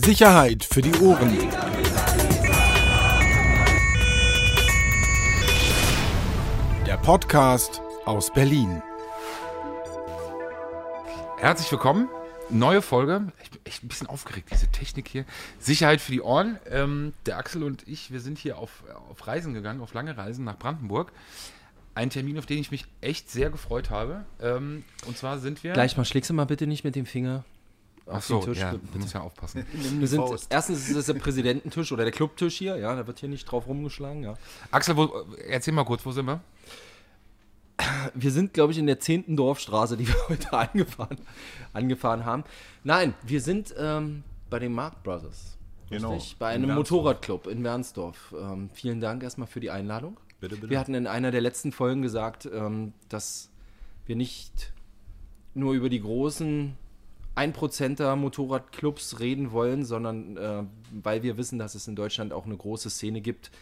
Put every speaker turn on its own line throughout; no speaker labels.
Sicherheit für die Ohren. Der Podcast aus Berlin.
Herzlich willkommen. Neue Folge. Ich bin echt ein bisschen aufgeregt, diese Technik hier. Sicherheit für die Ohren. Der Axel und ich, wir sind hier auf Reisen gegangen, auf lange Reisen nach Brandenburg. Ein Termin, auf den ich mich echt sehr gefreut habe. Und zwar sind wir...
Gleich mal, schlägst du mal bitte nicht mit dem Finger auf den Tisch.
Ja, du musst ja aufpassen.
Erstens ist es der Präsidententisch oder der Clubtisch hier. Ja, da wird hier nicht drauf rumgeschlagen. Ja.
Axel, erzähl mal kurz, wo sind wir?
Wir sind, glaube ich, in der 10. Dorfstraße, die wir heute angefahren haben. Nein, wir sind bei den Mark Brothers.
Genau.
Richtig? Bei einem Motorradclub in Wernsdorf. Vielen Dank erstmal für die Einladung.
Bitte, bitte.
Wir hatten in einer der letzten Folgen gesagt, dass wir nicht nur über die großen 1%er Motorradclubs reden wollen, sondern weil wir wissen, dass es in Deutschland auch eine große Szene gibt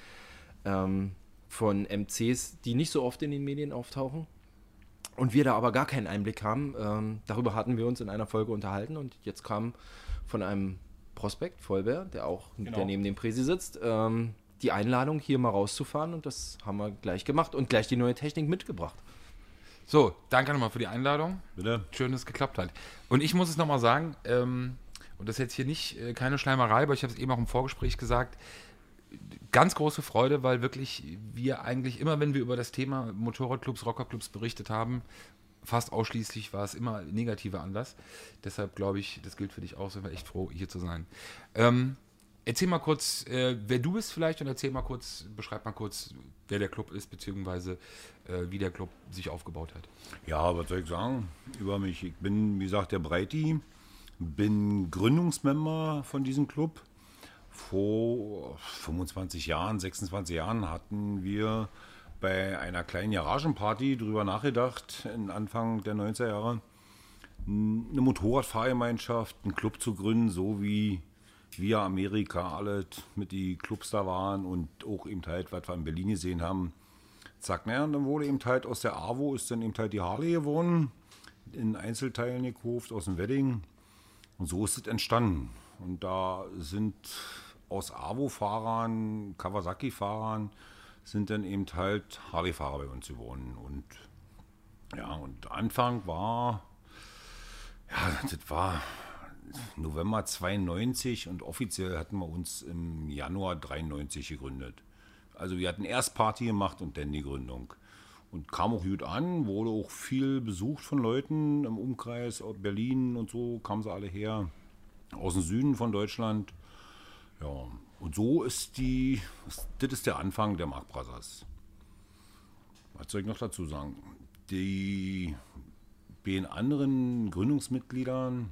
von MCs, die nicht so oft in den Medien auftauchen und wir da aber gar keinen Einblick haben. Darüber hatten wir uns in einer Folge unterhalten und jetzt kam von einem Prospekt, Vollbär, der neben dem Präsi sitzt, die Einladung, hier mal rauszufahren, und das haben wir gleich gemacht und gleich die neue Technik mitgebracht.
So, danke nochmal für die Einladung.
Bitte.
Schön, dass es geklappt hat. Und ich muss es nochmal sagen, und das ist jetzt hier nicht keine Schleimerei, aber ich habe es eben auch im Vorgespräch gesagt, ganz große Freude, weil wirklich wir eigentlich immer, wenn wir über das Thema Motorradclubs, Rockerclubs berichtet haben, fast ausschließlich war es immer negativer Anlass. Deshalb glaube ich, das gilt für dich auch, sind wir echt froh, hier zu sein. Erzähl mal kurz, wer du bist vielleicht, und beschreib mal kurz, wer der Club ist, beziehungsweise wie der Club sich aufgebaut hat.
Ja, was soll ich sagen über mich? Ich bin, wie gesagt, der Breiti, bin Gründungsmember von diesem Club. Vor 25 Jahren, 26 Jahren hatten wir bei einer kleinen Garagenparty drüber nachgedacht, Anfang der 90er Jahre, eine Motorradfahrgemeinschaft, einen Club zu gründen, so wie wir Amerika alle mit die Clubs da waren und auch eben halt, was wir in Berlin gesehen haben. Zack, naja, und dann wurde eben halt aus der AWO ist dann eben halt die Harley geworden, in Einzelteilen gekauft, aus dem Wedding. Und so ist es entstanden. Und da sind aus AWO-Fahrern, Kawasaki-Fahrern, sind dann eben halt Harley-Fahrer bei uns geworden. Und ja, und Anfang war, ja, das war November 92 und offiziell hatten wir uns im Januar 93 gegründet. Also wir hatten erst Party gemacht und dann die Gründung. Und kam auch gut an, wurde auch viel besucht von Leuten im Umkreis, aus Berlin und so, kamen sie alle her, aus dem Süden von Deutschland. Ja, und so ist das ist der Anfang der Mark Brothers. Was soll ich noch dazu sagen? Die beiden anderen Gründungsmitgliedern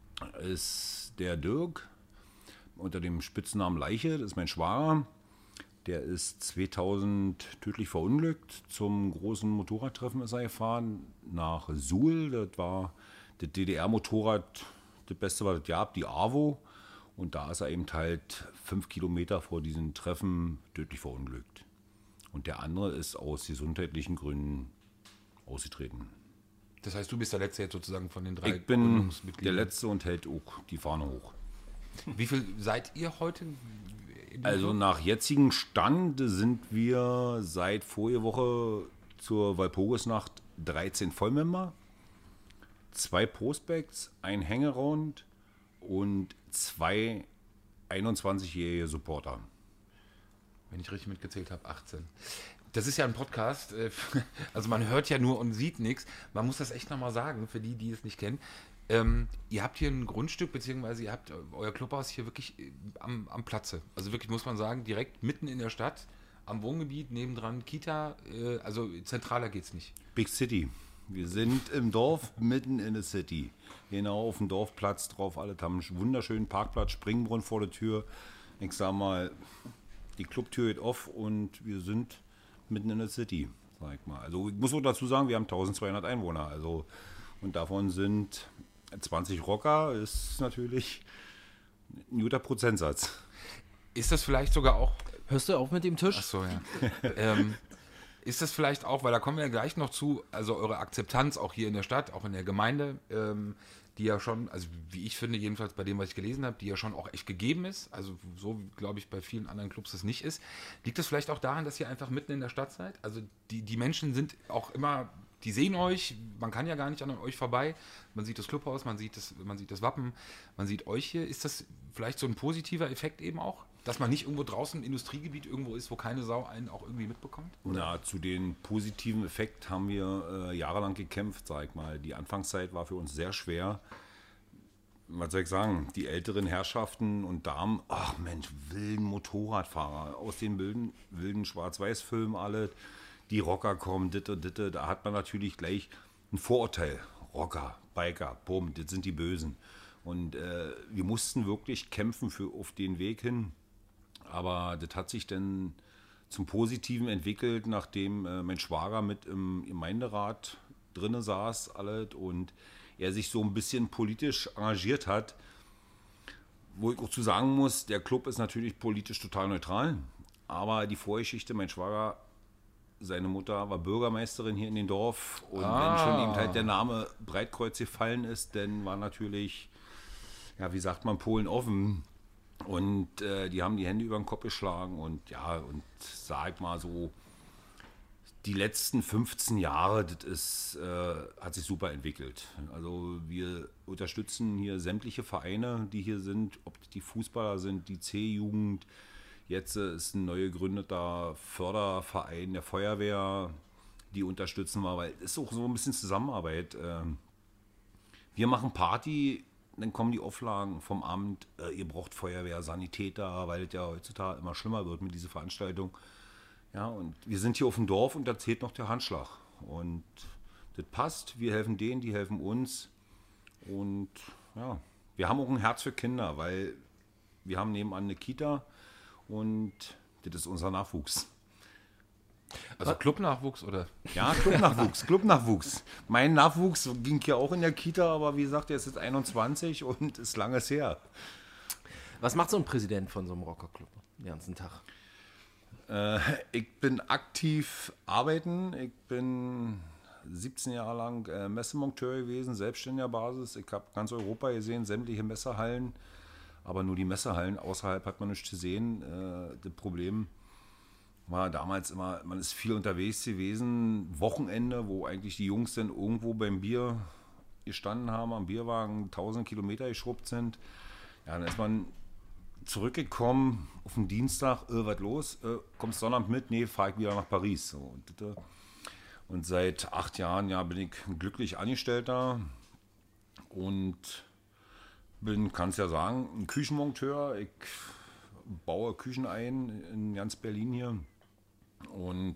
ist der Dirk unter dem Spitznamen Leiche, das ist mein Schwager. Der ist 2000 tödlich verunglückt. Zum großen Motorradtreffen ist er gefahren nach Suhl. Das war das DDR-Motorrad, das Beste, was es gab, die AWO. Und da ist er eben halt 5 Kilometer vor diesem Treffen tödlich verunglückt. Und der andere ist aus gesundheitlichen Gründen ausgetreten.
Das heißt, du bist der Letzte jetzt sozusagen von den 3
Ich bin
Gründungsmitgliedern.
der Letzte und hält auch die Fahne hoch.
Wie viel seid ihr heute?
Also nach jetzigem Stand sind wir seit vorige Woche zur Walpurgisnacht 13 Vollmember, 2 Prospects, ein Hangaround und 2 21-jährige Supporter.
Wenn ich richtig mitgezählt habe, 18. Das ist ja ein Podcast, also man hört ja nur und sieht nichts. Man muss das echt nochmal sagen, für die es nicht kennen. Ihr habt hier ein Grundstück, beziehungsweise ihr habt euer Clubhaus hier wirklich am Platze. Also wirklich, muss man sagen, direkt mitten in der Stadt, am Wohngebiet, nebendran Kita, also zentraler geht's nicht.
Big City. Wir sind im Dorf, mitten in der City. Genau auf dem Dorfplatz drauf. Alle haben einen wunderschönen Parkplatz, Springbrunnen vor der Tür. Ich sag mal, die Clubtür geht off und wir sind mitten in der City, sag ich mal. Also ich muss auch dazu sagen, wir haben 1200 Einwohner. Also, und davon sind 20 Rocker, ist natürlich ein guter Prozentsatz.
Ist das vielleicht sogar auch...
Hörst du auf mit dem Tisch?
Ach so, ja. Ist das vielleicht auch, weil da kommen wir ja gleich noch zu, also eure Akzeptanz auch hier in der Stadt, auch in der Gemeinde, die ja schon, also wie ich finde, jedenfalls bei dem, was ich gelesen habe, die ja schon auch echt gegeben ist. Also so, glaube ich, bei vielen anderen Clubs das nicht ist. Liegt das vielleicht auch daran, dass ihr einfach mitten in der Stadt seid? Also die Menschen sind auch immer, die sehen euch, man kann ja gar nicht an euch vorbei. Man sieht das Clubhaus, man sieht das Wappen, man sieht euch hier. Ist das vielleicht so ein positiver Effekt eben auch? Dass man nicht irgendwo draußen im Industriegebiet irgendwo ist, wo keine Sau einen auch irgendwie mitbekommt?
Na, zu den positiven Effekt haben wir jahrelang gekämpft, sag ich mal. Die Anfangszeit war für uns sehr schwer. Was soll ich sagen? Die älteren Herrschaften und Damen, ach Mensch, wilden Motorradfahrer aus den wilden Schwarz-Weiß-Filmen alle, die Rocker kommen, ditte, da hat man natürlich gleich ein Vorurteil. Rocker, Biker, bumm, das sind die Bösen. Und wir mussten wirklich kämpfen auf den Weg hin. Aber das hat sich dann zum Positiven entwickelt, nachdem mein Schwager mit im Gemeinderat drinne saß alles und er sich so ein bisschen politisch engagiert hat. Wo ich auch zu sagen muss, der Club ist natürlich politisch total neutral. Aber die Vorgeschichte, mein Schwager, seine Mutter war Bürgermeisterin hier in dem Dorf. Und wenn schon eben halt der Name Breitkreuz gefallen ist, dann war natürlich, ja, wie sagt man, Polen offen. Und die haben die Hände über den Kopf geschlagen und ja, und sag mal so, die letzten 15 Jahre, das hat sich super entwickelt. Also wir unterstützen hier sämtliche Vereine, die hier sind, ob die Fußballer sind, die C-Jugend. Jetzt ist ein neu gegründeter Förderverein der Feuerwehr, die unterstützen wir, weil es ist auch so ein bisschen Zusammenarbeit. Wir machen Party. Dann kommen die Auflagen vom Amt, ihr braucht Feuerwehr, Sanitäter, weil es ja heutzutage immer schlimmer wird mit dieser Veranstaltung. Ja, und wir sind hier auf dem Dorf und da zählt noch der Handschlag. Und das passt, wir helfen denen, die helfen uns. Und ja, wir haben auch ein Herz für Kinder, weil wir haben nebenan eine Kita und das ist unser Nachwuchs.
Also Clubnachwuchs oder?
Ja, Clubnachwuchs. Mein Nachwuchs ging ja auch in der Kita, aber wie gesagt, er ist jetzt 21 und ist langes her.
Was macht so ein Präsident von so einem Rockerclub den ganzen Tag?
Ich bin aktiv arbeiten. Ich bin 17 Jahre lang Messemonteur gewesen, selbstständiger Basis. Ich habe ganz Europa gesehen, sämtliche Messehallen, aber nur die Messehallen. Außerhalb hat man nichts gesehen. Das Problem war damals immer, man ist viel unterwegs gewesen, Wochenende, wo eigentlich die Jungs dann irgendwo beim Bier gestanden haben, am Bierwagen 1000 Kilometer geschrubbt sind. Ja, dann ist man zurückgekommen auf den Dienstag, was los? Kommst Sonnabend mit? Nee, fahre ich wieder nach Paris. So, und seit 8 Jahren bin ich ein glücklich Angestellter und bin, kannst ja sagen, ein Küchenmonteur. Ich baue Küchen ein in ganz Berlin hier. Und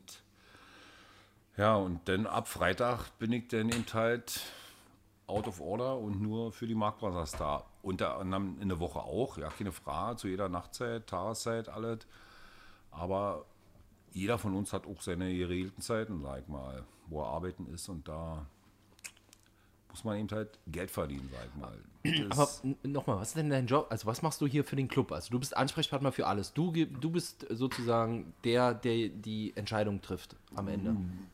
ja, und dann ab Freitag bin ich dann eben halt out of order und nur für die Mark Brothers da. Unter anderem in der Woche auch, ja, keine Frage, zu jeder Nachtzeit, Tageszeit, alles. Aber jeder von uns hat auch seine geregelten Zeiten, sag ich mal, wo er arbeiten ist und da muss man eben halt Geld verdienen, sag ich mal.
Aber nochmal, was ist denn dein Job? Also was machst du hier für den Club? Also du bist Ansprechpartner für alles. Du bist sozusagen der die Entscheidung trifft am Ende.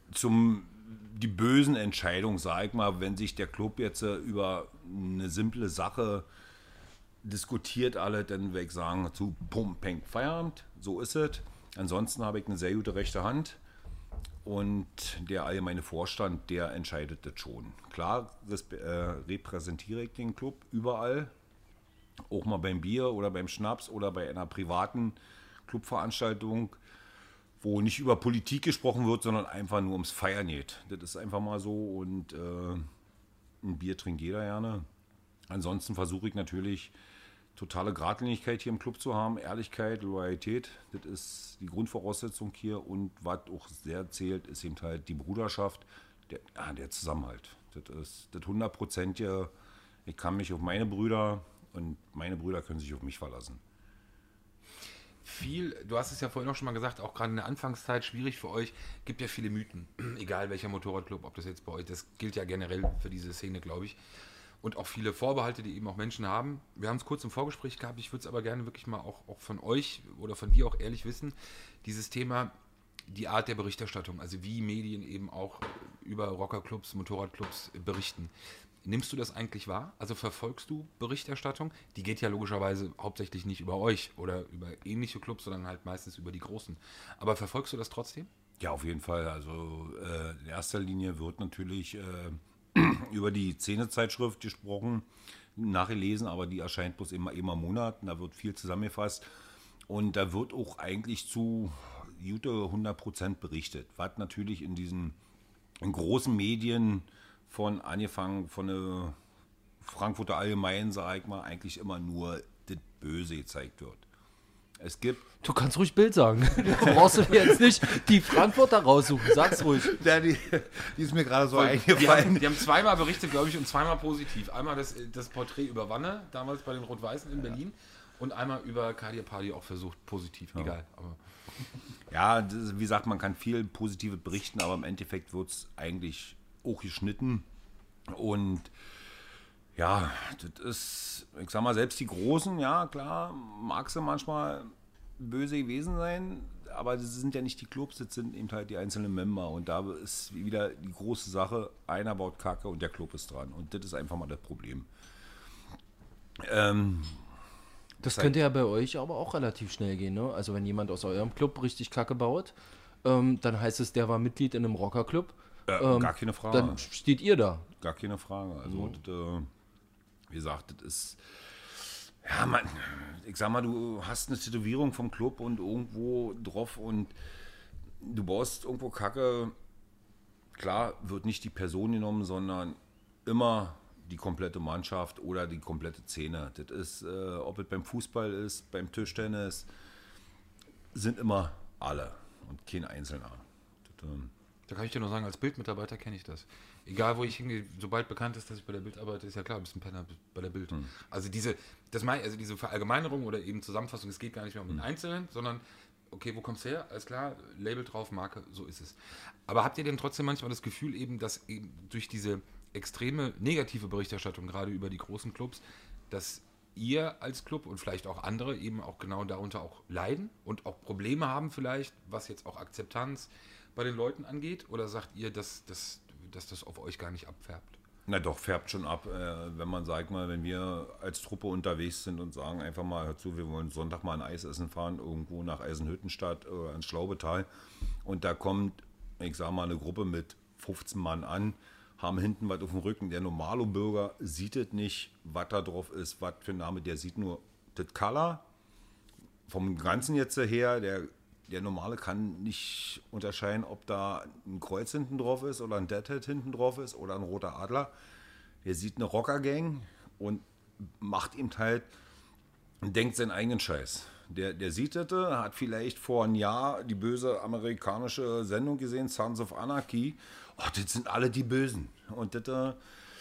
Die bösen Entscheidungen, sag ich mal, wenn sich der Club jetzt über eine simple Sache diskutiert, alle, dann werde ich sagen, zu Pum, Peng, Feierabend, so ist es. Ansonsten habe ich eine sehr gute rechte Hand. Und der allgemeine Vorstand, der entscheidet das schon. Klar repräsentiere ich den Club überall, auch mal beim Bier oder beim Schnaps oder bei einer privaten Clubveranstaltung, wo nicht über Politik gesprochen wird, sondern einfach nur ums Feiern geht. Das ist einfach mal so und ein Bier trinkt jeder gerne. Ansonsten versuche ich natürlich totale Geradlinigkeit hier im Club zu haben, Ehrlichkeit, Loyalität, das ist die Grundvoraussetzung hier und was auch sehr zählt, ist eben halt die Bruderschaft, der Zusammenhalt. Das ist das 100%, ich kann mich auf meine Brüder und meine Brüder können sich auf mich verlassen.
Du hast es ja vorhin auch schon mal gesagt, auch gerade in der Anfangszeit schwierig für euch, gibt ja viele Mythen, egal welcher Motorradclub, ob das jetzt bei euch, das gilt ja generell für diese Szene, glaube ich. Und auch viele Vorbehalte, die eben auch Menschen haben. Wir haben es kurz im Vorgespräch gehabt, ich würde es aber gerne wirklich mal auch von euch oder von dir auch ehrlich wissen, dieses Thema, die Art der Berichterstattung, also wie Medien eben auch über Rockerclubs, Motorradclubs berichten. Nimmst du das eigentlich wahr? Also verfolgst du Berichterstattung? Die geht ja logischerweise hauptsächlich nicht über euch oder über ähnliche Clubs, sondern halt meistens über die Großen. Aber verfolgst du das trotzdem?
Ja, auf jeden Fall. Also in erster Linie wird natürlich über die Szene-Zeitschrift gesprochen, nachgelesen, aber die erscheint bloß immer im Monat. Und da wird viel zusammengefasst und da wird auch eigentlich zu gute 100% berichtet. Was natürlich in diesen großen Medien angefangen von der Frankfurter Allgemeinen, sag ich mal, eigentlich immer nur das Böse gezeigt wird. Es gibt...
Du kannst ruhig Bild sagen. Du brauchst du jetzt nicht die Frankfurter raussuchen. Sag's ruhig.
Ja, die ist mir gerade so
Die
eingefallen.
haben zweimal berichtet, glaube ich, und zweimal positiv. Einmal das Porträt über Wanne, damals bei den Rot-Weißen in Berlin, und einmal über Kadir Padi auch versucht, positiv. Egal. Aber
Ja, wie gesagt, man kann viel Positives berichten, aber im Endeffekt wird es eigentlich auch geschnitten. Und ja, das ist, ich sag mal, selbst die Großen, ja klar, mag sie manchmal böse gewesen sein, aber das sind ja nicht die Clubs, das sind eben halt die einzelnen Member. Und da ist wieder die große Sache, einer baut Kacke und der Club ist dran. Und das ist einfach mal das Problem.
Das könnte ja bei euch aber auch relativ schnell gehen, ne? Also wenn jemand aus eurem Club richtig Kacke baut, dann heißt es, der war Mitglied in einem Rockerclub.
Gar keine Frage.
Dann steht ihr da.
Gar keine Frage. Also, das, wie gesagt, das ist. Ja, man, ich sag mal, du hast eine Tätowierung vom Club und irgendwo drauf und du baust irgendwo Kacke. Klar wird nicht die Person genommen, sondern immer die komplette Mannschaft oder die komplette Szene. Das ist, ob es beim Fußball ist, beim Tischtennis, sind immer alle und kein Einzelner. Das,
da kann ich dir nur sagen, als Bildmitarbeiter kenne ich das. Egal, wo ich hingehe, sobald bekannt ist, dass ich bei der Bild arbeite, ist ja klar, du bist ein Penner bei der Bild. Also diese Verallgemeinerung oder eben Zusammenfassung, es geht gar nicht mehr um den Einzelnen, sondern, okay, wo kommst du her? Alles klar, Label drauf, Marke, so ist es. Aber habt ihr denn trotzdem manchmal das Gefühl eben, dass eben durch diese extreme negative Berichterstattung, gerade über die großen Clubs, dass ihr als Club und vielleicht auch andere eben auch genau darunter auch leiden und auch Probleme haben vielleicht, was jetzt auch Akzeptanz bei den Leuten angeht? Oder sagt ihr, dass das auf euch gar nicht abfärbt?
Na doch, färbt schon ab, wenn man, sag mal, wenn wir als Truppe unterwegs sind und sagen einfach mal, hör zu, wir wollen Sonntag mal ein Eis essen fahren, irgendwo nach Eisenhüttenstadt oder ins Schlaubetal und da kommt, ich sag mal, eine Gruppe mit 15 Mann an, haben hinten was auf dem Rücken. Der normale Bürger sieht es nicht, was da drauf ist, was für ein Name, der sieht nur das Color. Vom Ganzen jetzt her, der Normale kann nicht unterscheiden, ob da ein Kreuz hinten drauf ist oder ein Deadhead hinten drauf ist oder ein roter Adler. Der sieht eine Rockergang und macht ihm halt, denkt seinen eigenen Scheiß. Der sieht das, hat vielleicht vor einem Jahr die böse amerikanische Sendung gesehen, Sons of Anarchy. Oh, das sind alle die Bösen. Und das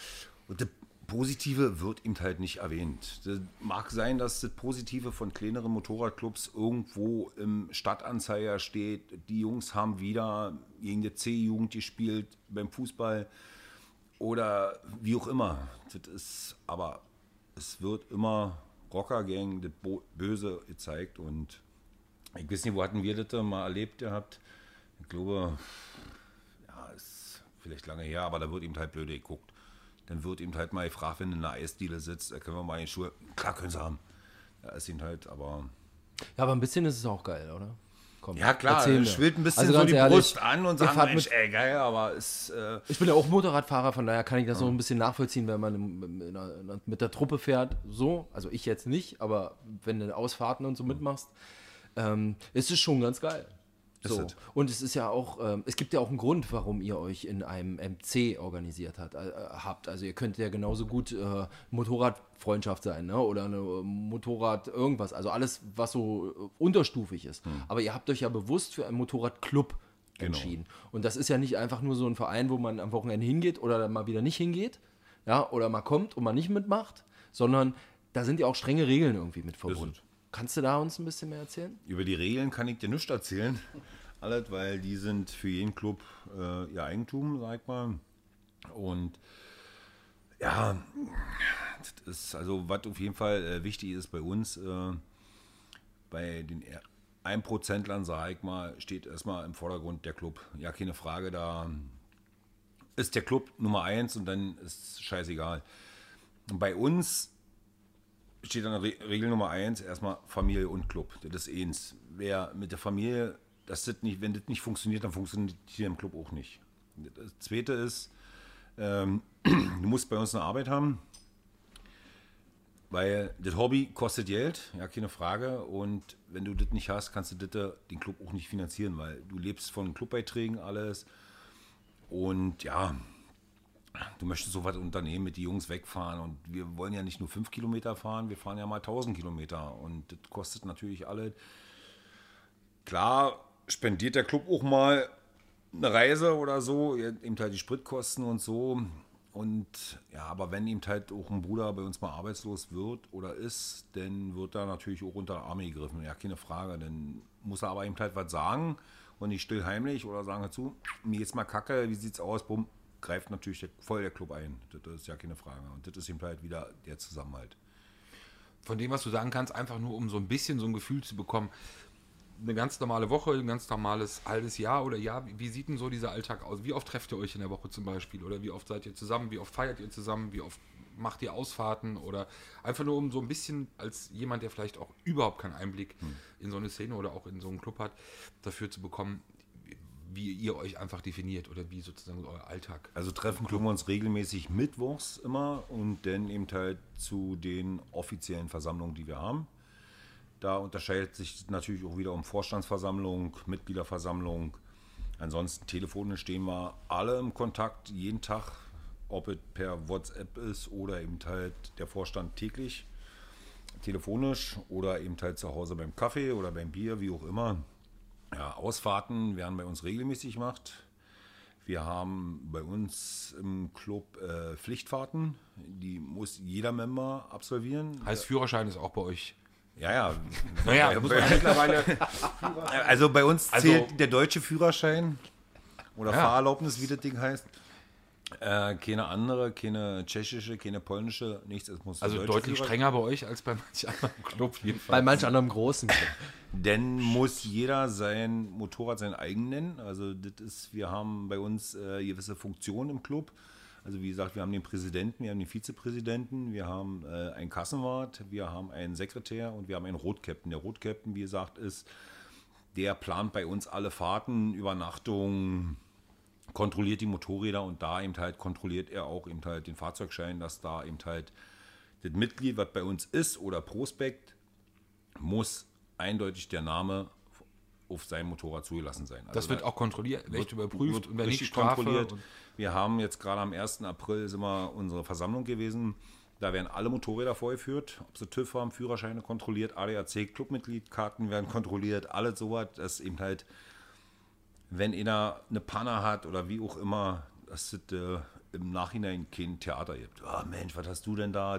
Positive wird ihm halt nicht erwähnt. Das mag sein, dass das Positive von kleineren Motorradclubs irgendwo im Stadtanzeiger steht. Die Jungs haben wieder gegen die C-Jugend gespielt beim Fußball oder wie auch immer. Aber es wird immer Rockergang, das Böse gezeigt und ich weiß nicht, wo hatten wir das mal erlebt gehabt? Ich glaube, ja, ist vielleicht lange her, aber da wird eben halt blöde geguckt. Dann wird eben halt mal gefragt, wenn du in einer Eisdiele sitzt, da können wir mal in die Schuhe, klar können sie haben. Ja, ist eben halt, aber...
Ja, aber ein bisschen ist es auch geil, oder? Komm,
ja klar,
erzähl mir.
schwillt ein bisschen
Also
so
ganz
die
ehrlich,
Brust an und
ihr
sagt,
fahrt
Mensch, ey, geil, aber es...
Ich bin ja auch Motorradfahrer, von daher kann ich das so ein bisschen nachvollziehen, wenn man mit der Truppe fährt, so, also ich jetzt nicht, aber wenn du Ausfahrten und so mitmachst, ist es schon ganz geil. So.
Ist es.
Und es ist ja auch, es gibt ja auch einen Grund, warum ihr euch in einem MC organisiert habt. Also ihr könnt ja genauso gut Motorradfreundschaft sein, ne? Oder eine Motorrad irgendwas, also alles, was so unterstufig ist. Aber ihr habt euch ja bewusst für einen Motorradclub entschieden. Und das ist ja nicht einfach nur so ein Verein, wo man am Wochenende hingeht oder dann mal wieder nicht hingeht, ja, oder mal kommt und mal nicht mitmacht, sondern da sind ja auch strenge Regeln irgendwie mit verbunden. Kannst du da uns ein bisschen mehr erzählen?
Über die Regeln kann ich dir nichts erzählen, alles, weil die sind für jeden Club ihr Eigentum, sag ich mal. Und ja, das ist also, was auf jeden Fall wichtig ist bei uns, bei den 1%lern, sag ich mal, steht erstmal im Vordergrund der Club. Ja, keine Frage, da ist der Club Nummer 1 und dann ist scheißegal. Und bei uns steht an der Regel Nummer 1 erstmal Familie und Club. Das ist eins. Wer mit der Familie, wenn das nicht funktioniert, dann funktioniert hier im Club auch nicht. Das Zweite ist, du musst bei uns eine Arbeit haben, weil das Hobby kostet Geld, ja, keine Frage. Und wenn du das nicht hast, kannst du den Club auch nicht finanzieren, weil du lebst von Clubbeiträgen alles. Und ja, du möchtest so was unternehmen, mit die Jungs wegfahren. Und wir wollen ja nicht nur 5 Kilometer fahren, wir fahren ja mal 1000 Kilometer. Und das kostet natürlich alle. Klar spendiert der Club auch mal eine Reise oder so, eben halt die Spritkosten und so. Und ja, aber wenn eben halt auch ein Bruder bei uns mal arbeitslos wird oder ist, dann wird er natürlich auch unter den Arm gegriffen. Ja, keine Frage. Dann muss er aber eben halt was sagen und nicht still heimlich oder sagen dazu, mir geht's mal kacke, wie sieht's aus? Bumm, greift natürlich voll der Club ein. Das ist ja keine Frage. Und das ist eben halt wieder der Zusammenhalt.
Von dem, was du sagen kannst, einfach nur um so ein bisschen so ein Gefühl zu bekommen, eine ganz normale Woche, ein ganz normales halbes Jahr oder Jahr, wie sieht denn so dieser Alltag aus? Wie oft trefft ihr euch in der Woche zum Beispiel? Oder wie oft seid ihr zusammen? Wie oft feiert ihr zusammen? Wie oft macht ihr Ausfahrten? Oder einfach nur um so ein bisschen als jemand, der vielleicht auch überhaupt keinen Einblick in so eine Szene oder auch in so einen Club hat, dafür zu bekommen, wie ihr euch einfach definiert oder wie sozusagen euer Alltag.
Also treffen tun wir uns regelmäßig mittwochs immer und dann eben halt zu den offiziellen Versammlungen, die wir haben. Da unterscheidet sich natürlich auch wieder um Vorstandsversammlung, Mitgliederversammlung. Ansonsten telefonisch stehen wir alle im Kontakt, jeden Tag, ob es per WhatsApp ist oder eben halt der Vorstand täglich telefonisch oder eben halt zu Hause beim Kaffee oder beim Bier, wie auch immer. Ja, Ausfahrten werden bei uns regelmäßig gemacht. Wir haben bei uns im Club Pflichtfahrten, die muss jeder Member absolvieren.
Heißt, Führerschein ist auch bei euch.
Ja.
Naja, da muss man mittlerweile.
Also bei uns zählt der deutsche Führerschein oder
Ja.
Fahrerlaubnis, wie das Ding heißt. Keine andere, keine tschechische, keine polnische, nichts. Es muss der
Also
deutsche
deutlich
Führer-
strenger bei euch als bei manch anderen Club jedenfalls.
Bei manch anderem großen.
Denn muss jeder sein Motorrad sein eigen nennen. Also das ist, wir haben bei uns gewisse Funktionen im Club. Also wie gesagt, wir haben den Präsidenten, wir haben den Vizepräsidenten, wir haben einen Kassenwart, wir haben einen Sekretär und wir haben einen Rotkäpt'n. Der Rotkäpt'n, wie gesagt, der plant bei uns alle Fahrten, Übernachtungen, kontrolliert die Motorräder und da eben halt kontrolliert er auch eben halt den Fahrzeugschein, dass da eben halt das Mitglied, was bei uns ist oder Prospekt, muss eindeutig der Name auf seinem Motorrad zugelassen sein. Also
Das wird auch kontrolliert, echt überprüft und wenn nicht
richtig
Strafe.
kontrolliert.
Und
Wir haben jetzt gerade am 1. April sind wir unsere Versammlung gewesen. Da werden alle Motorräder vorgeführt, ob sie TÜV haben, Führerscheine kontrolliert, ADAC, Clubmitglied, Karten werden kontrolliert, alles sowas, dass eben halt, wenn einer eine Panne hat oder wie auch immer, dass es im Nachhinein kein Theater gibt. Ah Mensch, was hast du denn da?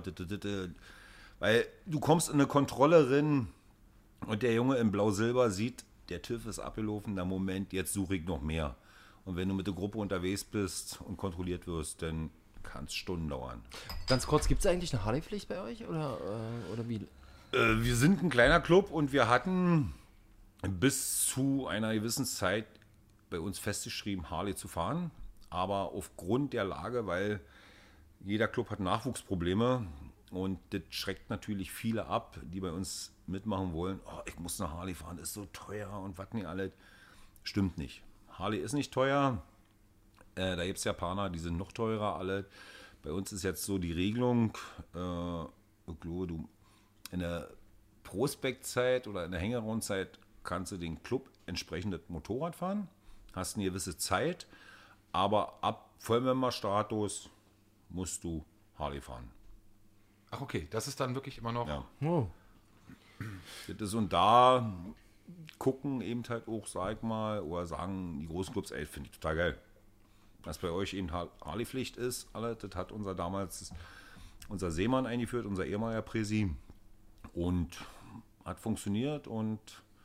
Weil du kommst in eine Kontrolle rein und der Junge in Blau-Silber sieht, der TÜV ist abgelaufen, der Moment, jetzt suche ich noch mehr. Und wenn du mit der Gruppe unterwegs bist und kontrolliert wirst, dann kann es Stunden dauern.
Ganz kurz, gibt es eigentlich eine Harley-Pflicht bei euch? Oder wie?
Wir sind ein kleiner Club und wir hatten bis zu einer gewissen Zeit bei uns festgeschrieben, Harley zu fahren. Aber aufgrund der Lage, weil jeder Club hat Nachwuchsprobleme und das schreckt natürlich viele ab, die bei uns mitmachen wollen. Oh, ich muss eine Harley fahren, ist so teuer und was nicht alles. Stimmt nicht. Harley ist nicht teuer. Da gibt es Japaner, die sind noch teurer alle. Bei uns ist jetzt so die Regelung, ich glaube, du in der Prospektzeit oder in der Hängerundzeit kannst du den Club entsprechend das Motorrad fahren, hast eine gewisse Zeit, aber ab Vollmember-Status musst du Harley fahren.
ach okay, das ist dann wirklich immer noch.
Ja.
Oh.
Das ist und da gucken eben halt auch, sag ich mal, oder sagen die großen Clubs, ey, finde ich total geil. Dass bei euch eben Harley-Pflicht ist, alle, das hat unser Seemann eingeführt, unser ehemaliger Präsi. Und hat funktioniert und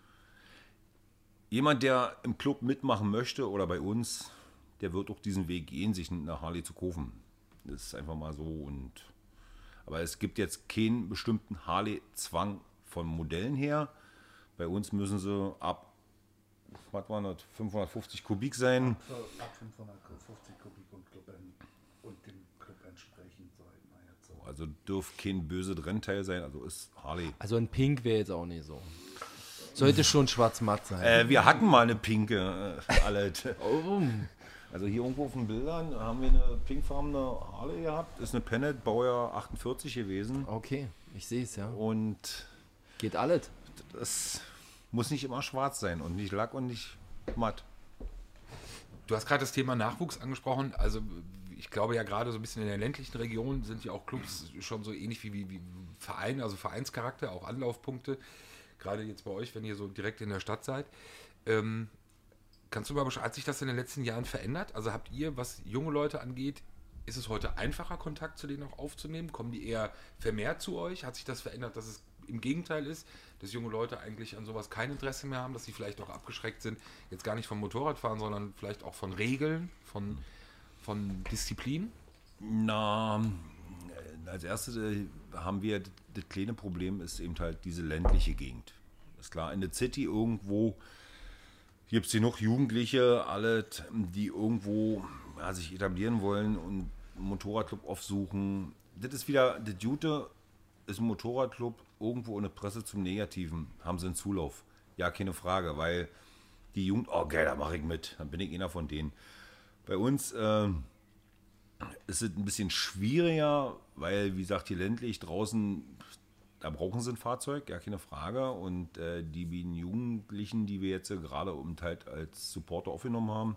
jemand, der im Club mitmachen möchte oder bei uns, der wird auch diesen Weg gehen, sich eine Harley zu kaufen. Das ist einfach mal so. Aber es gibt jetzt keinen bestimmten Harley-Zwang von Modellen her. Bei uns müssen sie ab was waren das, 550 Kubik sein.
Ab 550 Kubik und dem Club entsprechend, sag ich mal jetzt so.
Also dürfte kein böses Rennteil sein, also ist Harley.
Also ein Pink wäre jetzt auch nicht so. Sollte schon schwarz-matt sein.
Wir hatten mal eine pinke, alle.
Oh.
Also hier irgendwo auf den Bildern haben wir eine pinkfarbene Harley gehabt. Ist eine Pennet, Baujahr 48 gewesen.
Okay, ich sehe es, ja.
Und
Geht alles.
das muss nicht immer schwarz sein und nicht Lack und nicht matt.
Du hast gerade das Thema Nachwuchs angesprochen. Also ich glaube ja gerade so ein bisschen in der ländlichen Region sind ja auch Clubs schon so ähnlich wie Vereine, also Vereinscharakter, auch Anlaufpunkte. Gerade jetzt bei euch, wenn ihr so direkt in der Stadt seid. Kannst du mal beschreiben, hat sich das in den letzten Jahren verändert? Also habt ihr, was junge Leute angeht, ist es heute einfacher, Kontakt zu denen auch aufzunehmen? Kommen die eher vermehrt zu euch? Hat sich das verändert, dass es im Gegenteil ist, dass junge Leute eigentlich an sowas kein Interesse mehr haben, dass sie vielleicht auch abgeschreckt sind, jetzt gar nicht vom Motorradfahren, sondern vielleicht auch von Regeln, von Disziplin?
Na, als erstes haben wir das kleine Problem ist eben halt diese ländliche Gegend. Ist klar, in der City irgendwo gibt es genug Jugendliche, alle, die irgendwo sich etablieren wollen und einen Motorradclub aufsuchen. Das ist wieder, das Gute ist ein Motorradclub irgendwo in der Presse zum Negativen. Haben sie einen Zulauf. Ja, keine Frage, weil die Jugend, oh geil, da mache ich mit. Dann bin ich einer von denen. Bei uns ist es ein bisschen schwieriger, weil, wie gesagt, hier ländlich draußen, da brauchen sie ein Fahrzeug, ja, keine Frage. Und die beiden Jugendlichen, die wir jetzt gerade halt als Supporter aufgenommen haben,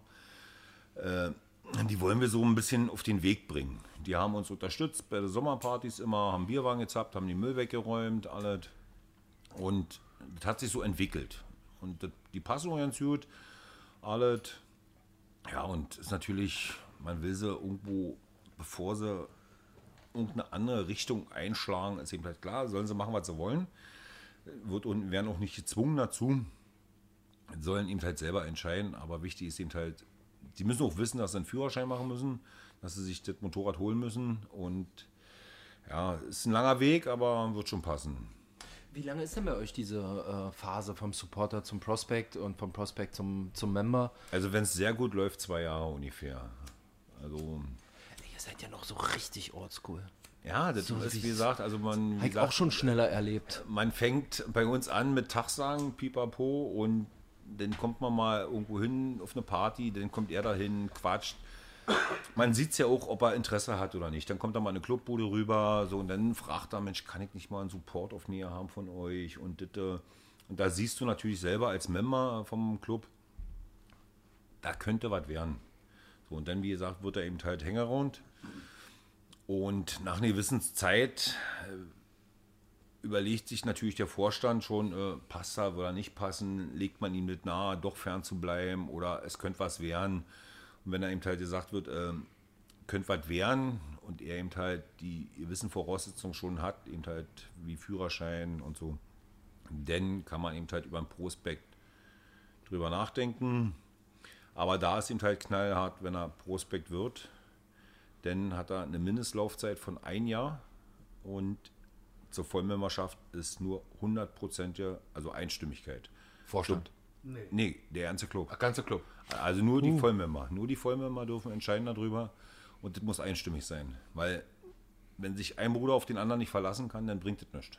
die wollen wir so ein bisschen auf den Weg bringen. Die haben uns unterstützt bei den Sommerpartys immer, haben Bierwagen gezappt, haben den Müll weggeräumt, alles. Und das hat sich so entwickelt. Und die passen auch ganz gut, alles. Ja, und ist natürlich, man will sie irgendwo, bevor sie irgendeine andere Richtung einschlagen, ist eben halt klar, sollen sie machen, was sie wollen. Werden auch nicht gezwungen dazu. Sollen eben halt selber entscheiden, aber wichtig ist eben halt, sie müssen auch wissen, dass sie einen Führerschein machen müssen, dass sie sich das Motorrad holen müssen. Und ja, ist ein langer Weg, aber wird schon passen.
Wie lange ist denn bei euch diese Phase vom Supporter zum Prospect und vom Prospect zum Member?
Also wenn es sehr gut läuft, 2 Jahre ungefähr. Also
Ihr seid ja noch so richtig oldschool.
ja, das
So
ist
wie-
wie gesagt, also man, wie
Habe ich
gesagt,
auch schon schneller erlebt.
man fängt bei uns an mit Tagsagen, Pipapo, und dann kommt man mal irgendwo hin auf eine Party, dann kommt er dahin, quatscht. Man sieht es ja auch, ob er Interesse hat oder nicht. Dann kommt er mal in eine Clubbude rüber, so, und dann fragt er, Mensch, kann ich nicht mal einen Support auf Nähe haben von euch? Und da siehst du natürlich selber als Member vom Club, da könnte was werden. So, und dann, wie gesagt, wird er eben halt Hangaround. Und nach einer gewissen Zeit überlegt sich natürlich der Vorstand schon, passt er oder nicht passen, legt man ihm nicht nahe, doch fern zu bleiben oder es könnte was werden. Und wenn er eben halt gesagt wird, könnte was werden und er eben halt die gewissen Voraussetzungen schon hat, eben halt wie Führerschein und so, dann kann man eben halt über ein Prospekt drüber nachdenken. Aber da ist eben halt knallhart, wenn er Prospekt wird, dann hat er eine Mindestlaufzeit von 1 Jahr und zur Vollmemberschaft ist nur 100%, also Einstimmigkeit.
Vorstand.
Nee, der ganze Club.
Ach, ganze Club.
Also nur die Vollmember. Nur die Vollmember dürfen entscheiden darüber und das muss einstimmig sein. Weil wenn sich ein Bruder auf den anderen nicht verlassen kann, dann bringt das nichts.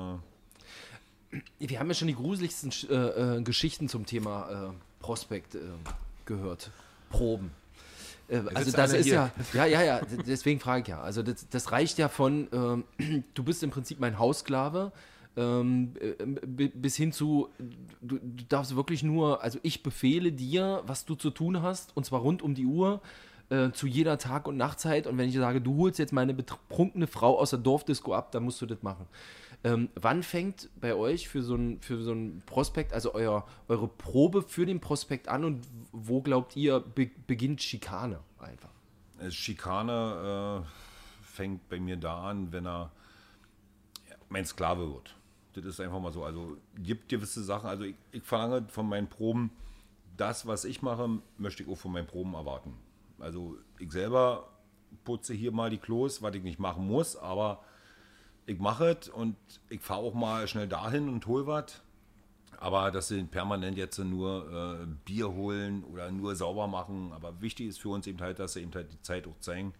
Wir haben ja schon die gruseligsten Geschichten zum Thema Prospekt gehört. Proben. Also
sitzt
das
einer
ist
hier.
ja, deswegen frage ich ja. Also das reicht ja von, du bist im Prinzip mein Haussklave, bis hin zu, du darfst wirklich nur, also ich befehle dir, was du zu tun hast, und zwar rund um die Uhr, zu jeder Tag- und Nachtzeit. Und wenn ich sage, du holst jetzt meine betrunkene Frau aus der Dorfdisco ab, dann musst du das machen. Wann fängt bei euch für so ein Prospekt, also eure Probe für den Prospekt an, und wo glaubt ihr, beginnt Schikane einfach?
Schikane fängt bei mir da an, wenn er mein Sklave wird. Das ist einfach mal so. Also gibt gewisse Sachen, also ich verlange von meinen Proben, das, was ich mache, möchte ich auch von meinen Proben erwarten. Also ich selber putze hier mal die Klos, was ich nicht machen muss, aber ich mache es und ich fahre auch mal schnell dahin und hol was. Aber dass sie permanent jetzt nur Bier holen oder nur sauber machen. Aber wichtig ist für uns eben halt, dass sie eben halt die Zeit auch zeigen.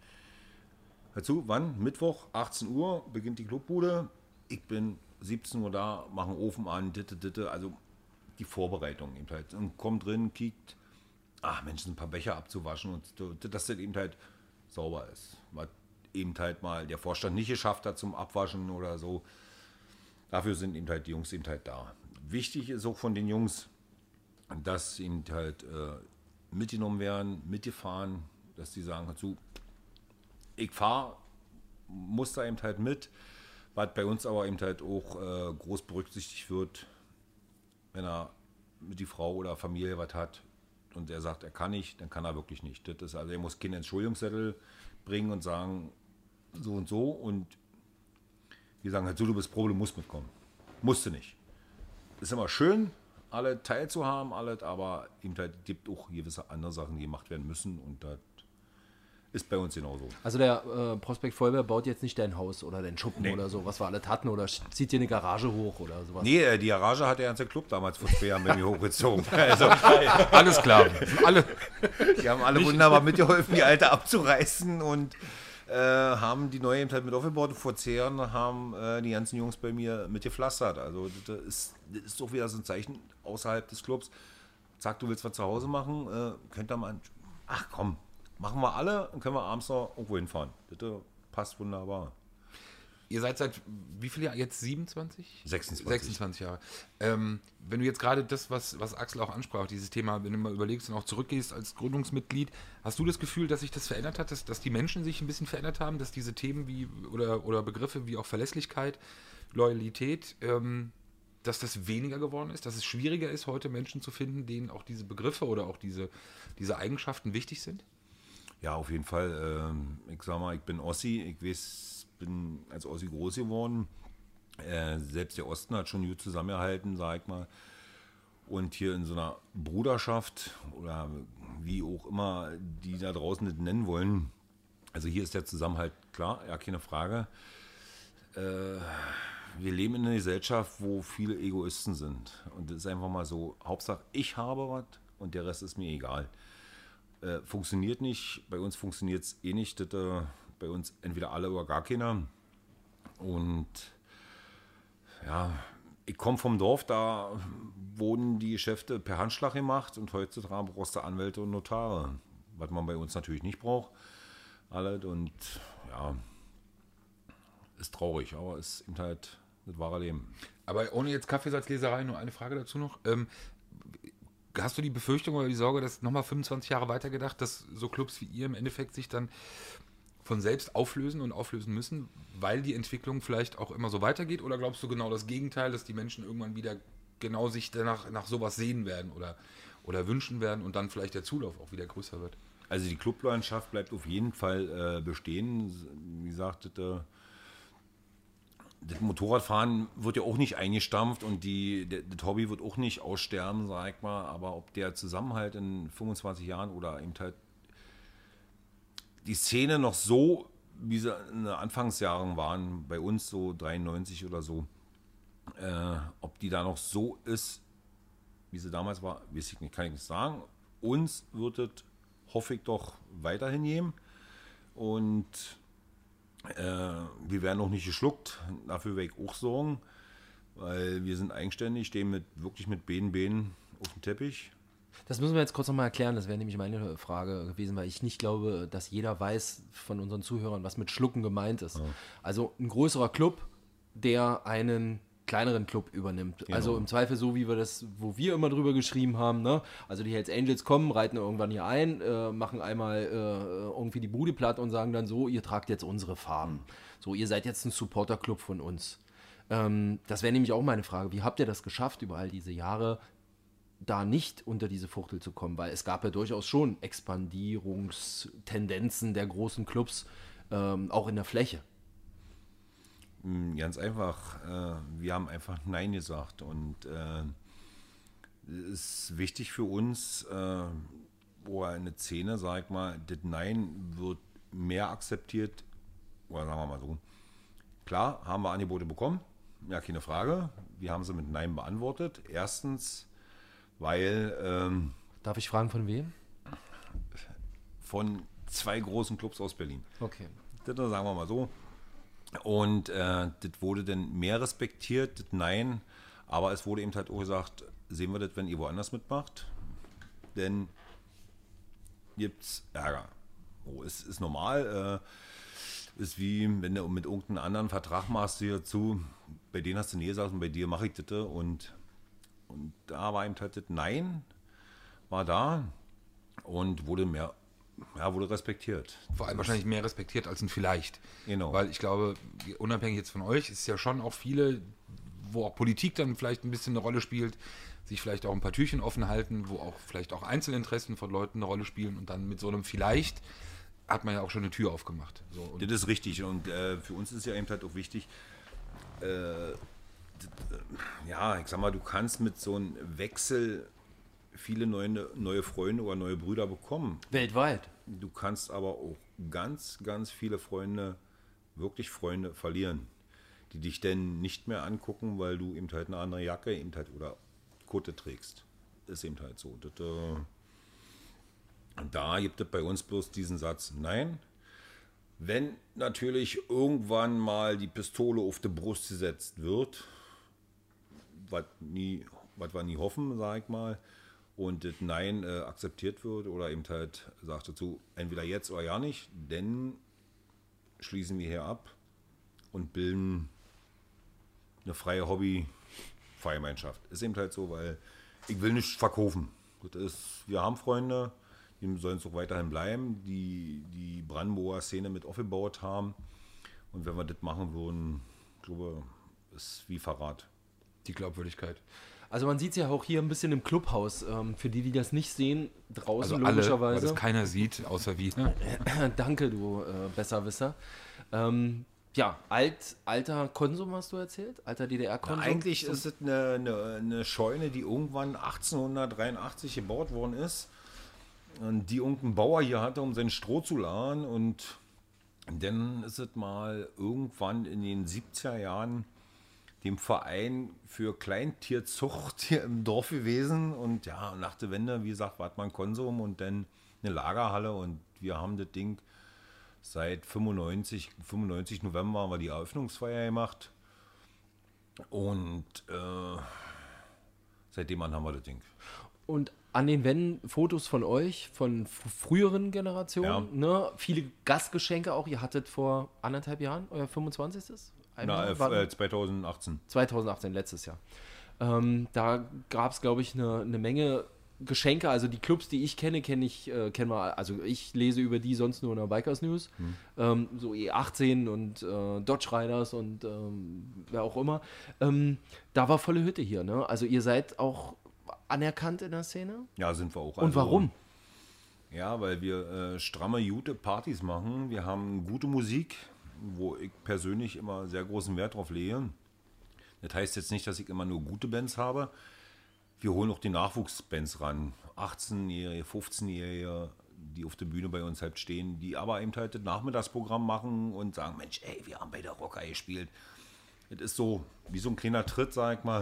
Dazu, wann? Mittwoch, 18 Uhr beginnt die Clubbude. Ich bin 17 Uhr da, mache einen Ofen an, ditte. Also die Vorbereitung eben halt. Und kommt drin, kiekt, Mensch, ein paar Becher abzuwaschen und dass das eben halt sauber ist. Was eben halt mal der Vorstand nicht geschafft hat zum Abwaschen oder so. Dafür sind eben halt die Jungs eben halt da. Wichtig ist auch von den Jungs, dass sie eben halt mitgenommen werden, mitgefahren, dass die sagen dazu, ich fahre, muss da eben halt mit, was bei uns aber eben halt auch groß berücksichtigt wird, wenn er mit die Frau oder Familie was hat und er sagt, er kann nicht, dann kann er wirklich nicht. Das ist also, er muss keinen Entschuldigungszettel bringen und sagen, so und so, und wir sagen halt so, du bist Probe, du musst mitkommen. Musst du nicht. Ist immer schön, alle teilzuhaben, alles, aber eben halt gibt auch gewisse andere Sachen, die gemacht werden müssen, und das ist bei uns genauso.
Also der Prospekt Vollberg baut jetzt nicht dein Haus oder deinen Schuppen oder so, was wir alle hatten, oder zieht dir eine Garage hoch oder sowas?
Nee, die Garage hat der ganze Club damals vor 2 Jahren bei mir hochgezogen. Also,
Alles klar. Alle.
die haben alle wunderbar mitgeholfen, die alte abzureißen, und haben die neue eben halt mit aufgebaut. Vor 10 Jahren haben die ganzen Jungs bei mir mitgepflastert. Also das ist doch wieder so ein Zeichen außerhalb des Clubs. Zack, du willst was zu Hause machen, könnt ihr mal, ach komm, machen wir alle, dann können wir abends noch irgendwo hinfahren. Das passt wunderbar.
Ihr seid seit wie viele Jahren? Jetzt 27?
26
Jahre. Wenn du jetzt gerade das, was Axel auch ansprach, dieses Thema, wenn du mal überlegst und auch zurückgehst als Gründungsmitglied, hast du das Gefühl, dass sich das verändert hat, dass die Menschen sich ein bisschen verändert haben, dass diese Themen wie oder Begriffe wie auch Verlässlichkeit, Loyalität, dass das weniger geworden ist, dass es schwieriger ist, heute Menschen zu finden, denen auch diese Begriffe oder auch diese Eigenschaften wichtig sind?
Ja, auf jeden Fall. Ich sag mal, ich bin Ossi, bin als Ossi groß geworden. Selbst der Osten hat schon gut zusammengehalten, sag ich mal. Und hier in so einer Bruderschaft oder wie auch immer die da draußen das nennen wollen. Also hier ist der Zusammenhalt klar, ja, keine Frage. Wir leben in einer Gesellschaft, wo viele Egoisten sind. Und das ist einfach mal so, Hauptsache ich habe was und der Rest ist mir egal. Funktioniert nicht, bei uns funktioniert es eh nicht. Das, bei uns entweder alle oder gar keiner. Und ja, ich komme vom Dorf, da wurden die Geschäfte per Handschlag gemacht, und heutzutage brauchst du Anwälte und Notare, was man bei uns natürlich nicht braucht. Alles, und ja, ist traurig, aber ist eben halt das wahre Leben.
Aber ohne jetzt Kaffeesatzleserei, nur eine Frage dazu noch. Hast du die Befürchtung oder die Sorge, dass nochmal 25 Jahre weitergedacht, dass so Clubs wie ihr im Endeffekt sich dann von selbst auflösen und auflösen müssen, weil die Entwicklung vielleicht auch immer so weitergeht? Oder glaubst du genau das Gegenteil, dass die Menschen irgendwann wieder genau sich danach nach sowas sehen werden oder wünschen werden und dann vielleicht der Zulauf auch wieder größer wird?
Also die Clublandschaft bleibt auf jeden Fall bestehen. Wie gesagt, das Motorradfahren wird ja auch nicht eingestampft, und das Hobby wird auch nicht aussterben, sag ich mal. Aber ob der Zusammenhalt in 25 Jahren oder eben halt die Szene noch so, wie sie in den Anfangsjahren waren, bei uns so 93 oder so, ob die da noch so ist, wie sie damals war, weiß ich nicht, kann ich nicht sagen. Uns wird es, hoffe ich, doch weiterhin geben. Und wir werden auch nicht geschluckt, dafür werde ich auch sorgen, weil wir sind eigenständig, stehen wirklich mit beiden Beinen auf dem Teppich.
Das müssen wir jetzt kurz nochmal erklären, das wäre nämlich meine Frage gewesen, weil ich nicht glaube, dass jeder weiß von unseren Zuhörern, was mit Schlucken gemeint ist. Ja. Also ein größerer Club, der einen kleineren Club übernimmt. Genau. Also im Zweifel so, wie wir das, wo wir immer drüber geschrieben haben, ne? Also die Hells Angels kommen, reiten irgendwann hier ein, machen einmal irgendwie die Bude platt und sagen dann so, ihr tragt jetzt unsere Farben. So, ihr seid jetzt ein Supporter-Club von uns. Das wäre nämlich auch meine Frage. Wie habt ihr das geschafft, über all diese Jahre da nicht unter diese Fuchtel zu kommen? Weil es gab ja durchaus schon Expandierungstendenzen der großen Clubs, auch in der Fläche.
Ganz einfach, wir haben einfach Nein gesagt, und es ist wichtig für uns, wo eine Szene, sag ich mal, das Nein wird mehr akzeptiert, oder sagen wir mal so. Klar, haben wir Angebote bekommen, Ja, keine Frage. Wir haben sie mit Nein beantwortet. Erstens, weil
Darf ich fragen, von wem?
von 2 großen Clubs aus Berlin.
Okay.
Das sagen wir mal so. Und das wurde dann mehr respektiert, das Nein. Aber es wurde eben halt auch gesagt, sehen wir das, wenn ihr woanders mitmacht. Denn gibt es Ärger. Oh, es ist normal. Ist wie, wenn du mit irgendeinem anderen Vertrag machst, hier zu, bei denen hast du nie gesagt und bei dir mache ich das. Und da war eben halt das Nein, war da und wurde mehr, ja, wurde respektiert.
Vor allem wahrscheinlich mehr respektiert als ein Vielleicht.
Genau.
Weil ich glaube, unabhängig jetzt von euch, ist ja schon auch viele, wo auch Politik dann vielleicht ein bisschen eine Rolle spielt, sich vielleicht auch ein paar Türchen offen halten, wo auch vielleicht auch Einzelinteressen von Leuten eine Rolle spielen und dann mit so einem Vielleicht hat man ja auch schon eine Tür aufgemacht. So, und
Das ist richtig und für uns ist ja eben halt auch wichtig, ja, ich sag mal, du kannst mit so einem Wechsel viele neue Freunde oder neue Brüder bekommen.
Weltweit.
Du kannst aber auch ganz, ganz viele Freunde, wirklich Freunde verlieren, die dich dann nicht mehr angucken, weil du eben halt eine andere Jacke eben halt oder Kutte trägst. Ist eben halt so. Das, und da gibt es bei uns bloß diesen Satz, nein. Wenn natürlich irgendwann mal die Pistole auf die Brust gesetzt wird, was wir nie hoffen, sag ich mal, und das Nein akzeptiert wird oder eben halt sagt dazu, entweder jetzt oder ja nicht, dann schließen wir hier ab und bilden eine freie Hobby-Feiergemeinschaft. Ist eben halt so, weil ich will nicht verkaufen. Das ist, wir haben Freunde, die sollen es auch weiterhin bleiben, die Brandenburger Szene mit aufgebaut haben. Und wenn wir das machen würden, ich glaube, ist wie Verrat.
die Glaubwürdigkeit.
Also man sieht es ja auch hier ein bisschen im Clubhaus. Für die, die das nicht sehen, draußen
Also alle, weil
logischerweise.
das keiner sieht, außer wir.
Danke, du Besserwisser. Ja, alter Konsum hast du erzählt? Alter DDR-Konsum?
Eigentlich ist es eine Scheune, die irgendwann 1883 gebaut worden ist. Und die irgendein Bauer hier hatte, um sein Stroh zu laden. Und dann ist es mal irgendwann in den 70er Jahren dem Verein für Kleintierzucht hier im Dorf gewesen. Und ja, nach der Wende, wie gesagt, war es mal ein Konsum und dann eine Lagerhalle. Und wir haben das Ding seit 95 November haben wir die Eröffnungsfeier gemacht. Und seitdem an haben wir das Ding.
Und an den Wänden Fotos von euch, von früheren Generationen, ne? Viele Gastgeschenke auch. Ihr hattet vor 1,5 Jahren euer 25.
Na, 2018.
2018, letztes Jahr. Da gab es, glaube ich, eine Menge Geschenke. Also die Clubs, die ich kenne wir. Also ich lese über die sonst nur in der Bikers News. So E18 und Dodge Riders und wer auch immer. Da war volle Hütte hier, ne? Also ihr seid auch anerkannt in der Szene?
Ja, sind wir auch.
Und warum?
Ja, weil wir stramme, gute Partys machen. Wir haben gute Musik, wo ich persönlich immer sehr großen Wert drauf lege. Das heißt jetzt nicht, dass ich immer nur gute Bands habe. Wir holen auch die Nachwuchsbands ran. 18-Jährige, 15-Jährige, die auf der Bühne bei uns halt stehen, die aber eben halt das Nachmittagsprogramm machen und sagen, Mensch, ey, wir haben bei der Rocker gespielt. Das ist so wie so ein kleiner Tritt, sag ich mal.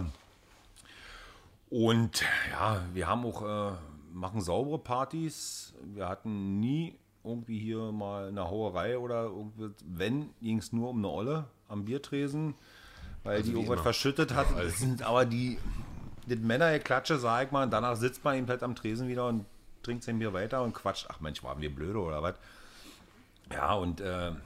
Und ja, wir haben auch, machen saubere Partys. Wir hatten nie irgendwie hier mal eine Hauerei oder irgendwie, wenn, ging es nur um eine Olle am Biertresen, weil die irgendwas verschüttet hat. Das sind aber die Männergeklatsche, sag ich mal, und danach sitzt man eben halt am Tresen wieder und trinkt sein Bier weiter und quatscht. Ach Mensch, waren wir blöde oder was? Ja, und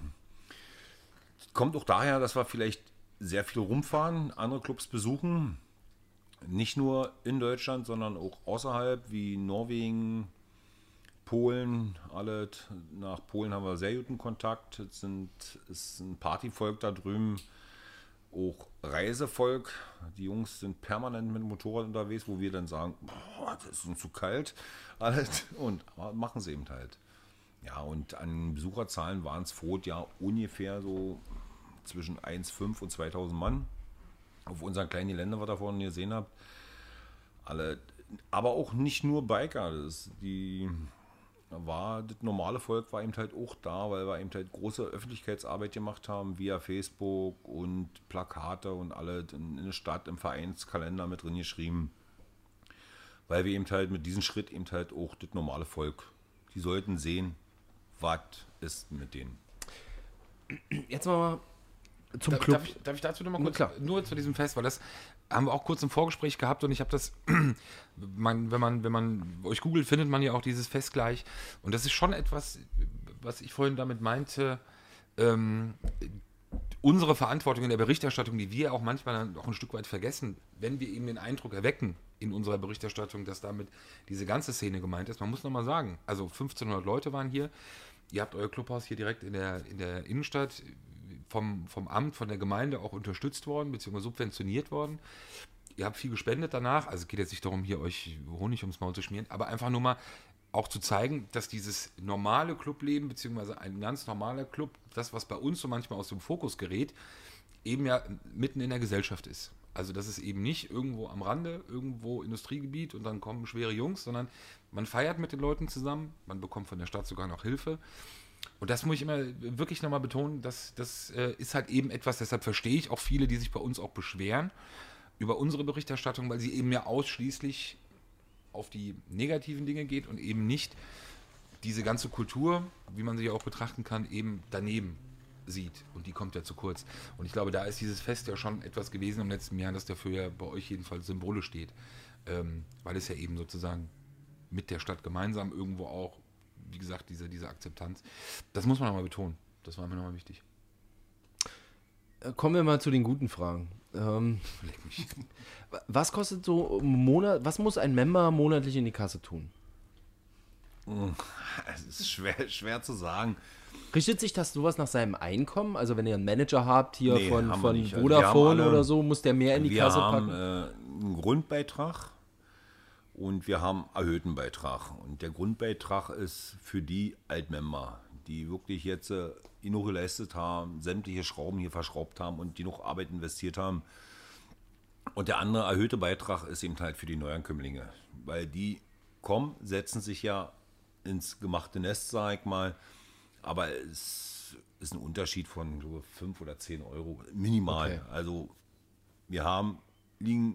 kommt auch daher, dass wir vielleicht sehr viel rumfahren, andere Clubs besuchen. Nicht nur in Deutschland, sondern auch außerhalb, wie Norwegen, Polen, alles. Nach Polen haben wir sehr guten Kontakt. Es ist ein Partyvolk da drüben, auch Reisevolk. Die Jungs sind permanent mit dem Motorrad unterwegs, wo wir dann sagen, boah, das ist uns zu kalt. Alles. Und machen sie eben halt. Ja, und an Besucherzahlen waren es vor Jahr ungefähr so zwischen 1,5 und 2.000 Mann. Auf unseren kleinen Gelände, was ihr vorhin gesehen habt. Alle, aber auch nicht nur Biker. war das normale Volk war eben halt auch da, weil wir eben halt große Öffentlichkeitsarbeit gemacht haben, via Facebook und Plakate und alles in der Stadt, im Vereinskalender mit drin geschrieben. Weil wir eben halt mit diesem Schritt eben halt auch das normale Volk, die sollten sehen, was ist mit denen.
Jetzt mal zum Club.
Darf ich dazu noch mal kurz,
Klar.
nur zu diesem Fest, weil das haben wir auch kurz im Vorgespräch gehabt und ich habe das, wenn man euch googelt, findet man ja auch dieses Fest gleich und das ist schon etwas, was ich vorhin damit meinte, unsere Verantwortung in der Berichterstattung, die wir auch manchmal dann auch ein Stück weit vergessen, wenn wir eben den Eindruck erwecken in unserer Berichterstattung, dass damit diese ganze Szene gemeint ist. Man muss nochmal sagen, also 1500 Leute waren hier, ihr habt euer Clubhaus hier direkt in der Innenstadt vom Amt, von der Gemeinde auch unterstützt worden, beziehungsweise subventioniert worden. Ihr habt viel gespendet danach, also es geht jetzt nicht darum, hier euch Honig ums Maul zu schmieren, aber einfach nur mal auch zu zeigen, dass dieses normale Clubleben, beziehungsweise ein ganz normaler Club, das, was bei uns so manchmal aus dem Fokus gerät, eben ja mitten in der Gesellschaft ist. Also das ist eben nicht irgendwo am Rande, irgendwo Industriegebiet und dann kommen schwere Jungs, sondern man feiert mit den Leuten zusammen, man bekommt von der Stadt sogar noch Hilfe. Und das muss ich immer wirklich nochmal betonen, das ist halt eben etwas, deshalb verstehe ich auch viele, die sich bei uns auch beschweren über unsere Berichterstattung, weil sie eben ja ausschließlich auf die negativen Dinge geht und eben nicht diese ganze Kultur, wie man sie ja auch betrachten kann, eben daneben sieht. Und die kommt ja zu kurz. Und ich glaube, da ist dieses Fest ja schon etwas gewesen im letzten Jahr, das dafür ja bei euch jedenfalls Symbole steht. Weil es ja eben sozusagen mit der Stadt gemeinsam irgendwo auch, wie gesagt, diese Akzeptanz. Das muss man nochmal betonen. Das war mir nochmal wichtig.
Kommen wir mal zu den guten Fragen.
Leck mich.
Was kostet so im Monat, was muss ein Member monatlich in die Kasse tun?
Es ist schwer zu sagen.
Richtet sich das sowas nach seinem Einkommen? Also wenn ihr einen Manager habt hier
Nee,
von
haben wir nicht. Also
Vodafone
wir haben
oder so, muss der mehr in die
Wir
Kasse
haben
packen?
einen Grundbeitrag und wir haben erhöhten Beitrag. Und der Grundbeitrag ist für die Altmember, die wirklich jetzt genug geleistet haben, sämtliche Schrauben hier verschraubt haben und die noch Arbeit investiert haben. Und der andere erhöhte Beitrag ist eben halt für die Neuankömmlinge, weil die kommen, setzen sich ja ins gemachte Nest, sag ich mal, aber es ist ein Unterschied von so 5 oder 10 Euro minimal.
Okay.
Also wir liegen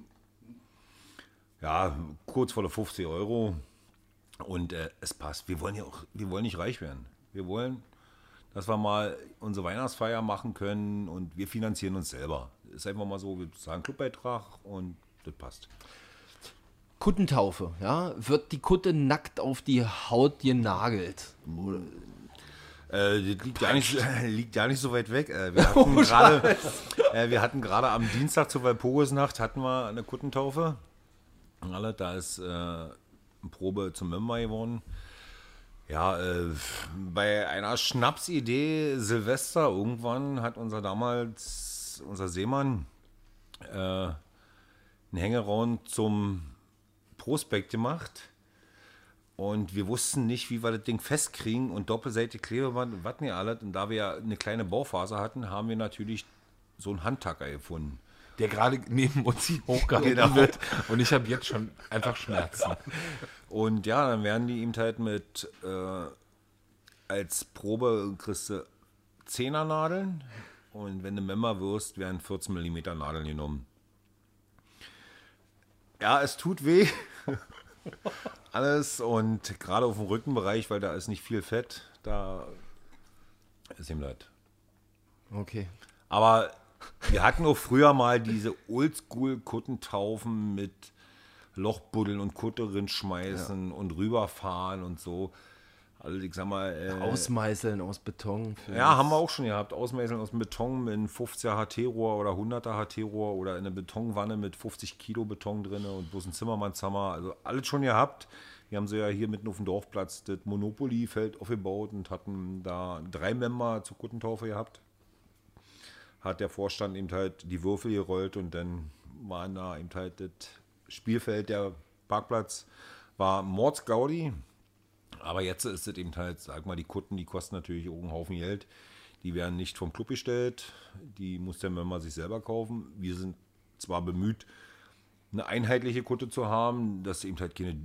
kurz vor der 50 Euro und es passt. Wir wollen nicht reich werden. Wir wollen, dass wir mal unsere Weihnachtsfeier machen können und wir finanzieren uns selber. Ist einfach mal so, wir sagen Clubbeitrag und das passt.
Kuttentaufe, ja? Wird die Kutte nackt auf die Haut genagelt?
Das liegt ja nicht so weit weg. Wir hatten gerade am Dienstag zur Walpurgisnacht hatten wir eine Kuttentaufe. Da ist eine Probe zum Member geworden. Ja, bei einer Schnapsidee Silvester irgendwann hat unser Seemann einen Hängeraum zum Prospekt gemacht. Und wir wussten nicht, wie wir das Ding festkriegen und doppelseitige Klebeband und was nicht alles. Und da wir ja eine kleine Bauphase hatten, haben wir natürlich so einen Handtacker gefunden.
Der gerade neben uns hier hochgehalten wird und ich habe jetzt schon einfach Schmerzen.
Und ja, dann werden die eben halt mit als Probe kriegst du 10er Nadeln und wenn du Member wirst, werden 14 mm Nadeln genommen. Ja, es tut weh. Alles und gerade auf dem Rückenbereich, weil da ist nicht viel Fett, da ist ihm leid.
Okay.
Aber wir hatten auch früher mal diese Oldschool-Kuttentaufen mit Lochbuddeln und Kutte rinschmeißen und rüberfahren und so. Also ich sag mal...
Ausmeißeln aus Beton.
Ja, haben wir auch schon gehabt. Ausmeißeln aus dem Beton mit einem 50er HT-Rohr oder 100er HT-Rohr oder in einer Betonwanne mit 50 Kilo Beton drin und bloß ein Zimmermannshammer. Also alles schon gehabt. Wir haben sie ja hier mitten auf dem Dorfplatz das Monopoly-Feld aufgebaut und hatten da 3 Member zur Kuttentaufe gehabt. Hat der Vorstand eben halt die Würfel gerollt und dann waren da eben halt das Spielfeld, der Parkplatz war Mordsgaudi. Aber jetzt ist es eben halt, sag mal, die Kutten, die kosten natürlich auch einen Haufen Geld. Die werden nicht vom Club gestellt, die muss der Member sich selber kaufen. Wir sind zwar bemüht, eine einheitliche Kutte zu haben, dass eben halt keine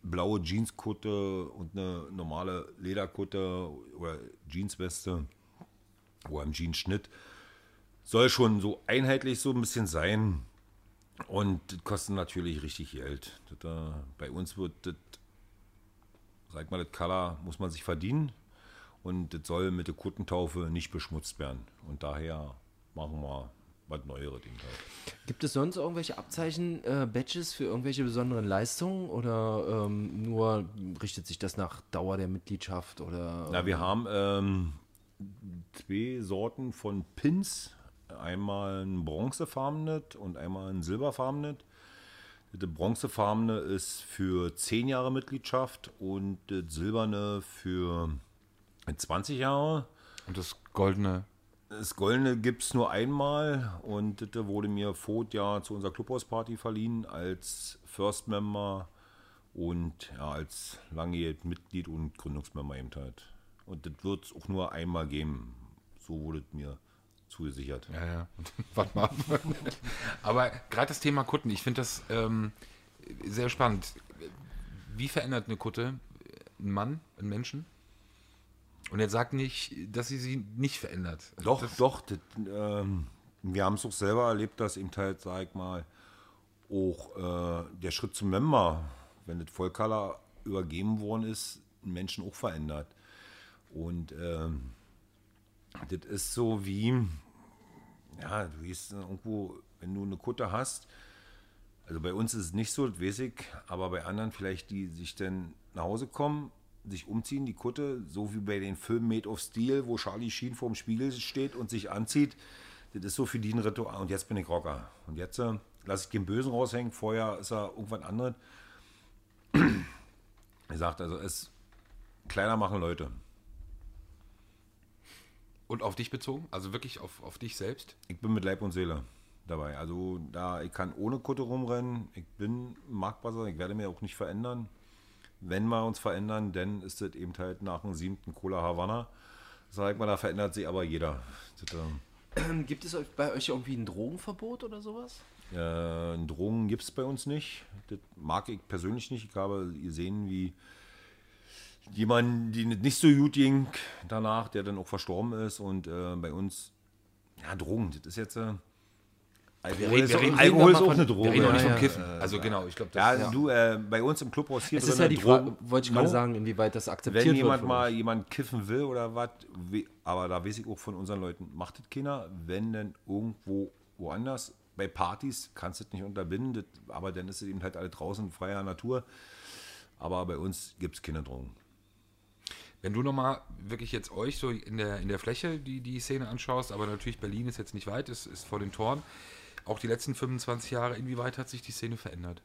blaue Jeanskutte und eine normale Lederkutte oder Jeansweste oder im Jeansschnitt. Soll schon so einheitlich so ein bisschen sein. Und das kostet natürlich richtig Geld. Bei uns wird das, sag mal, das Color muss man sich verdienen. Und das soll mit der Kuttentaufe nicht beschmutzt werden. Und daher machen wir was Neuere Dinge halt.
Gibt es sonst irgendwelche Abzeichen, Badges für irgendwelche besonderen Leistungen oder nur richtet sich das nach Dauer der Mitgliedschaft? Oder,
Na, wir haben 2 Sorten von Pins. Einmal ein bronzefarbenes und einmal ein silberfarbenes. Das bronzefarbene ist für 10 Jahre Mitgliedschaft und das silberne für 20 Jahre.
Und das Goldene.
Das Goldene gibt es nur einmal und das wurde mir vor Jahr zu unserer Clubhausparty verliehen als First Member und ja, als langjähriges Mitglied und Gründungsmember eben halt. Und das wird es auch nur einmal geben. So wurde es mir zugesichert.
Ja. Warte mal ab. Aber gerade das Thema Kutten, ich finde das sehr spannend. Wie verändert eine Kutte einen Mann, einen Menschen? Und jetzt sagt nicht, dass sie nicht verändert.
Doch. Wir haben es auch selber erlebt, dass eben halt, sag ich mal, auch der Schritt zum Member, wenn das Vollcolor übergeben worden ist, einen Menschen auch verändert. Und das ist so wie, ja, du gehst irgendwo, wenn du eine Kutte hast, also bei uns ist es nicht so, das weiß ich, aber bei anderen vielleicht, die sich dann nach Hause kommen, sich umziehen, die Kutte, so wie bei den Filmen Made of Steel, wo Charlie Sheen vorm Spiegel steht und sich anzieht, das ist so für die ein Ritual. Und jetzt bin ich Rocker. Und jetzt lasse ich den Bösen raushängen, vorher ist er irgendwas anderes. Er sagt also, es kleiner machen Leute.
Und auf dich bezogen? Also wirklich auf dich selbst?
Ich bin mit Leib und Seele dabei. Also ich kann ohne Kutte rumrennen. Ich bin Marktbasser, ich werde mir auch nicht verändern. Wenn wir uns verändern, dann ist das eben halt nach dem 7. Cola Havanna. Sag mal, da verändert sich aber jeder.
Gibt es bei euch irgendwie ein Drogenverbot oder sowas?
Drogen gibt es bei uns nicht. Das mag ich persönlich nicht. Ich habe gesehen, wie jemand, die nicht so gut ging danach, der dann auch verstorben ist. Und bei uns, ja, Drogen, das ist jetzt... Alkohol ist auch eine Droge.
Wir reden auch nicht vom
Ja,
Kiffen. Also genau, ich glaube,
Ja,
das
du, bei uns im Clubhaus hier
Es ist ja die
Drogen-
Frage, wollte ich gerade sagen, inwieweit das akzeptiert
Wenn
wird.
jemand
von
mal
euch.
jemand kiffen will oder was, aber da weiß ich auch von unseren Leuten, macht das keiner. Wenn denn irgendwo woanders, bei Partys kannst du das nicht unterbinden, aber dann ist es eben halt alle draußen in freier Natur. Aber bei uns gibt es keine Drogen.
Wenn du nochmal wirklich jetzt euch so in der Fläche die Szene anschaust, aber natürlich Berlin ist jetzt nicht weit, ist vor den Toren. Auch die letzten 25 Jahre, inwieweit hat sich die Szene verändert?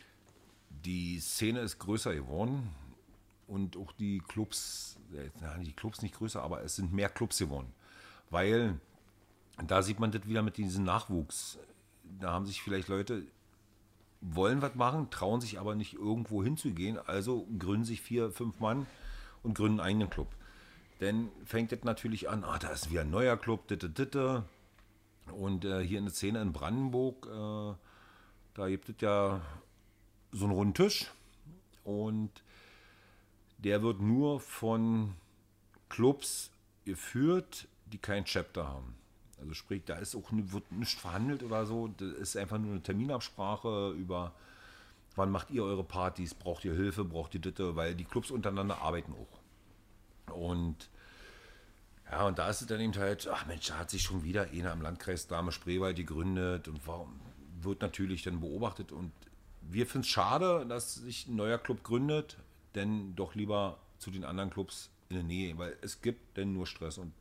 Die Szene ist größer geworden und auch die Clubs nicht größer, aber es sind mehr Clubs geworden. Weil da sieht man das wieder mit diesem Nachwuchs. Da haben sich vielleicht Leute, wollen was machen, trauen sich aber nicht irgendwo hinzugehen, also gründen sich 4, 5 Mann und gründen einen eigenen Club. Dann fängt das natürlich an, da ist wieder ein neuer Club, ditte. Und hier in der Szene in Brandenburg, da gibt es ja so einen runden Tisch und der wird nur von Clubs geführt, die kein Chapter haben. Also sprich, da ist auch wird nicht verhandelt oder so, das ist einfach nur eine Terminabsprache über, wann macht ihr eure Partys, braucht ihr Hilfe, braucht ihr Ditte, weil die Clubs untereinander arbeiten auch. Und ja, und da ist es dann eben halt, ach Mensch, da hat sich schon wieder einer im Landkreis Dahme Spreewald gegründet und warum wird natürlich dann beobachtet und wir finden es schade, dass sich ein neuer Club gründet, denn doch lieber zu den anderen Clubs in der Nähe, weil es gibt denn nur Stress und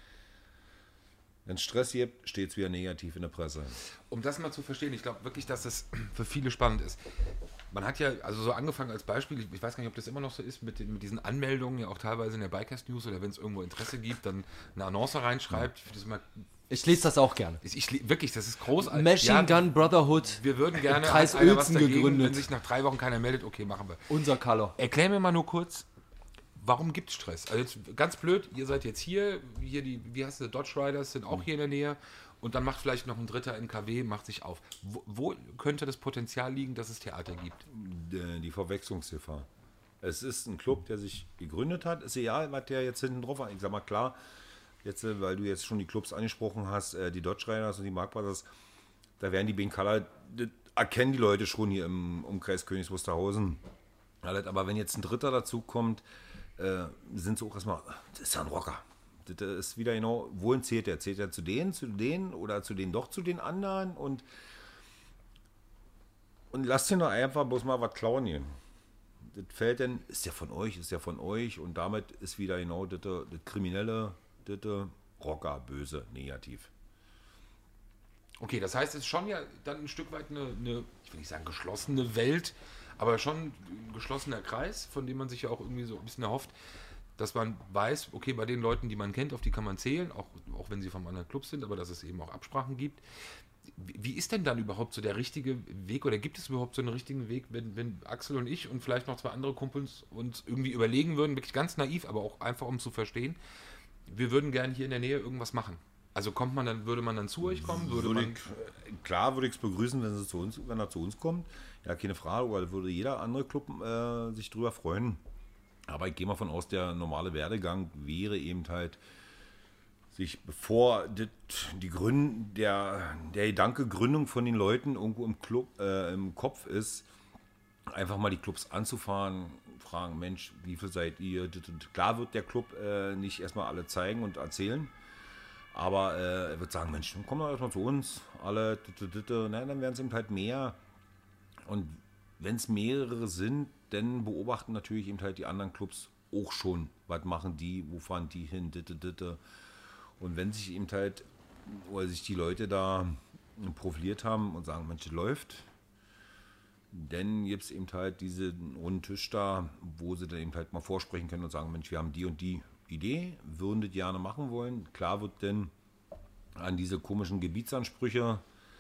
wenn es Stress gibt, steht es wieder negativ in der Presse.
Um das mal zu verstehen, ich glaube wirklich, dass das für viele spannend ist. Man hat ja, also so angefangen als Beispiel, ich weiß gar nicht, ob das immer noch so ist, mit diesen Anmeldungen, ja auch teilweise in der Bikers News oder wenn es irgendwo Interesse gibt, dann eine Annonce reinschreibt. Ich finde das immer,
Ich lese das auch gerne.
wirklich, das ist großartig.
Machine Gun Brotherhood.
Wir würden gerne
Kreis
hat einer was
Uelzen
dagegen,
gegründet.
wenn sich nach 3 Wochen keiner meldet, okay, machen wir.
Unser Color.
Erklär mir mal nur kurz, warum gibt es Stress? Also jetzt ganz blöd, ihr seid jetzt hier die, wie heißt es, Dodge Riders sind auch hier in der Nähe und dann macht vielleicht noch ein dritter NKW, macht sich auf. Wo könnte das Potenzial liegen, dass es Theater gibt?
Die Verwechslungsgefahr. Es ist ein Club, der sich gegründet hat. Ist egal, was der jetzt hinten drauf hat. Ich sag mal, klar, jetzt, weil du jetzt schon die Clubs angesprochen hast, die Dodge Riders und die Mark Brothers, da werden die Color, das erkennen die Leute schon hier im Umkreis Königs Wusterhausen. Aber wenn jetzt ein Dritter dazu kommt, sind sie auch erstmal, das ist ja ein Rocker. Das ist wieder genau, wohin zählt der? Zählt er zu denen oder zu den anderen? Und lasst ihn doch einfach bloß mal was klauen gehen. Das fällt dann, ist ja von euch. Und damit ist wieder genau das Kriminelle, das Rocker, böse, negativ.
Okay, das heißt, es ist schon ja dann ein Stück weit eine, ich will nicht sagen geschlossene Welt, aber schon ein geschlossener Kreis, von dem man sich ja auch irgendwie so ein bisschen erhofft, dass man weiß, okay, bei den Leuten, die man kennt, auf die kann man zählen, auch wenn sie vom anderen Club sind, aber dass es eben auch Absprachen gibt. Wie ist denn dann überhaupt so der richtige Weg oder gibt es überhaupt so einen richtigen Weg, wenn Axel und ich und vielleicht noch 2 andere Kumpels uns irgendwie überlegen würden, wirklich ganz naiv, aber auch einfach um zu verstehen, wir würden gerne hier in der Nähe irgendwas machen. Also würde man dann zu euch kommen?
Klar würde ich es begrüßen, wenn er zu uns kommt. Ja, keine Frage, weil würde jeder andere Club sich drüber freuen. Aber ich gehe mal von aus, der normale Werdegang wäre eben halt, sich bevor der Gedanke Gründung von den Leuten irgendwo im Club, im Kopf ist, einfach mal die Clubs anzufahren, fragen, Mensch, wie viel seid ihr? Klar wird der Club nicht erstmal alle zeigen und erzählen, aber er wird sagen, Mensch, komm doch erstmal zu uns, alle, nein, dann werden es eben halt mehr. Und wenn es mehrere sind, dann beobachten natürlich eben halt die anderen Clubs auch schon, was machen die, wo fahren die hin, Und wenn sich eben halt, oder sich die Leute da profiliert haben und sagen, Mensch, das läuft, dann gibt es eben halt diesen runden Tisch da, wo sie dann eben halt mal vorsprechen können und sagen, Mensch, wir haben die und die Idee, würden das gerne machen wollen. Klar wird dann an diese komischen Gebietsansprüche,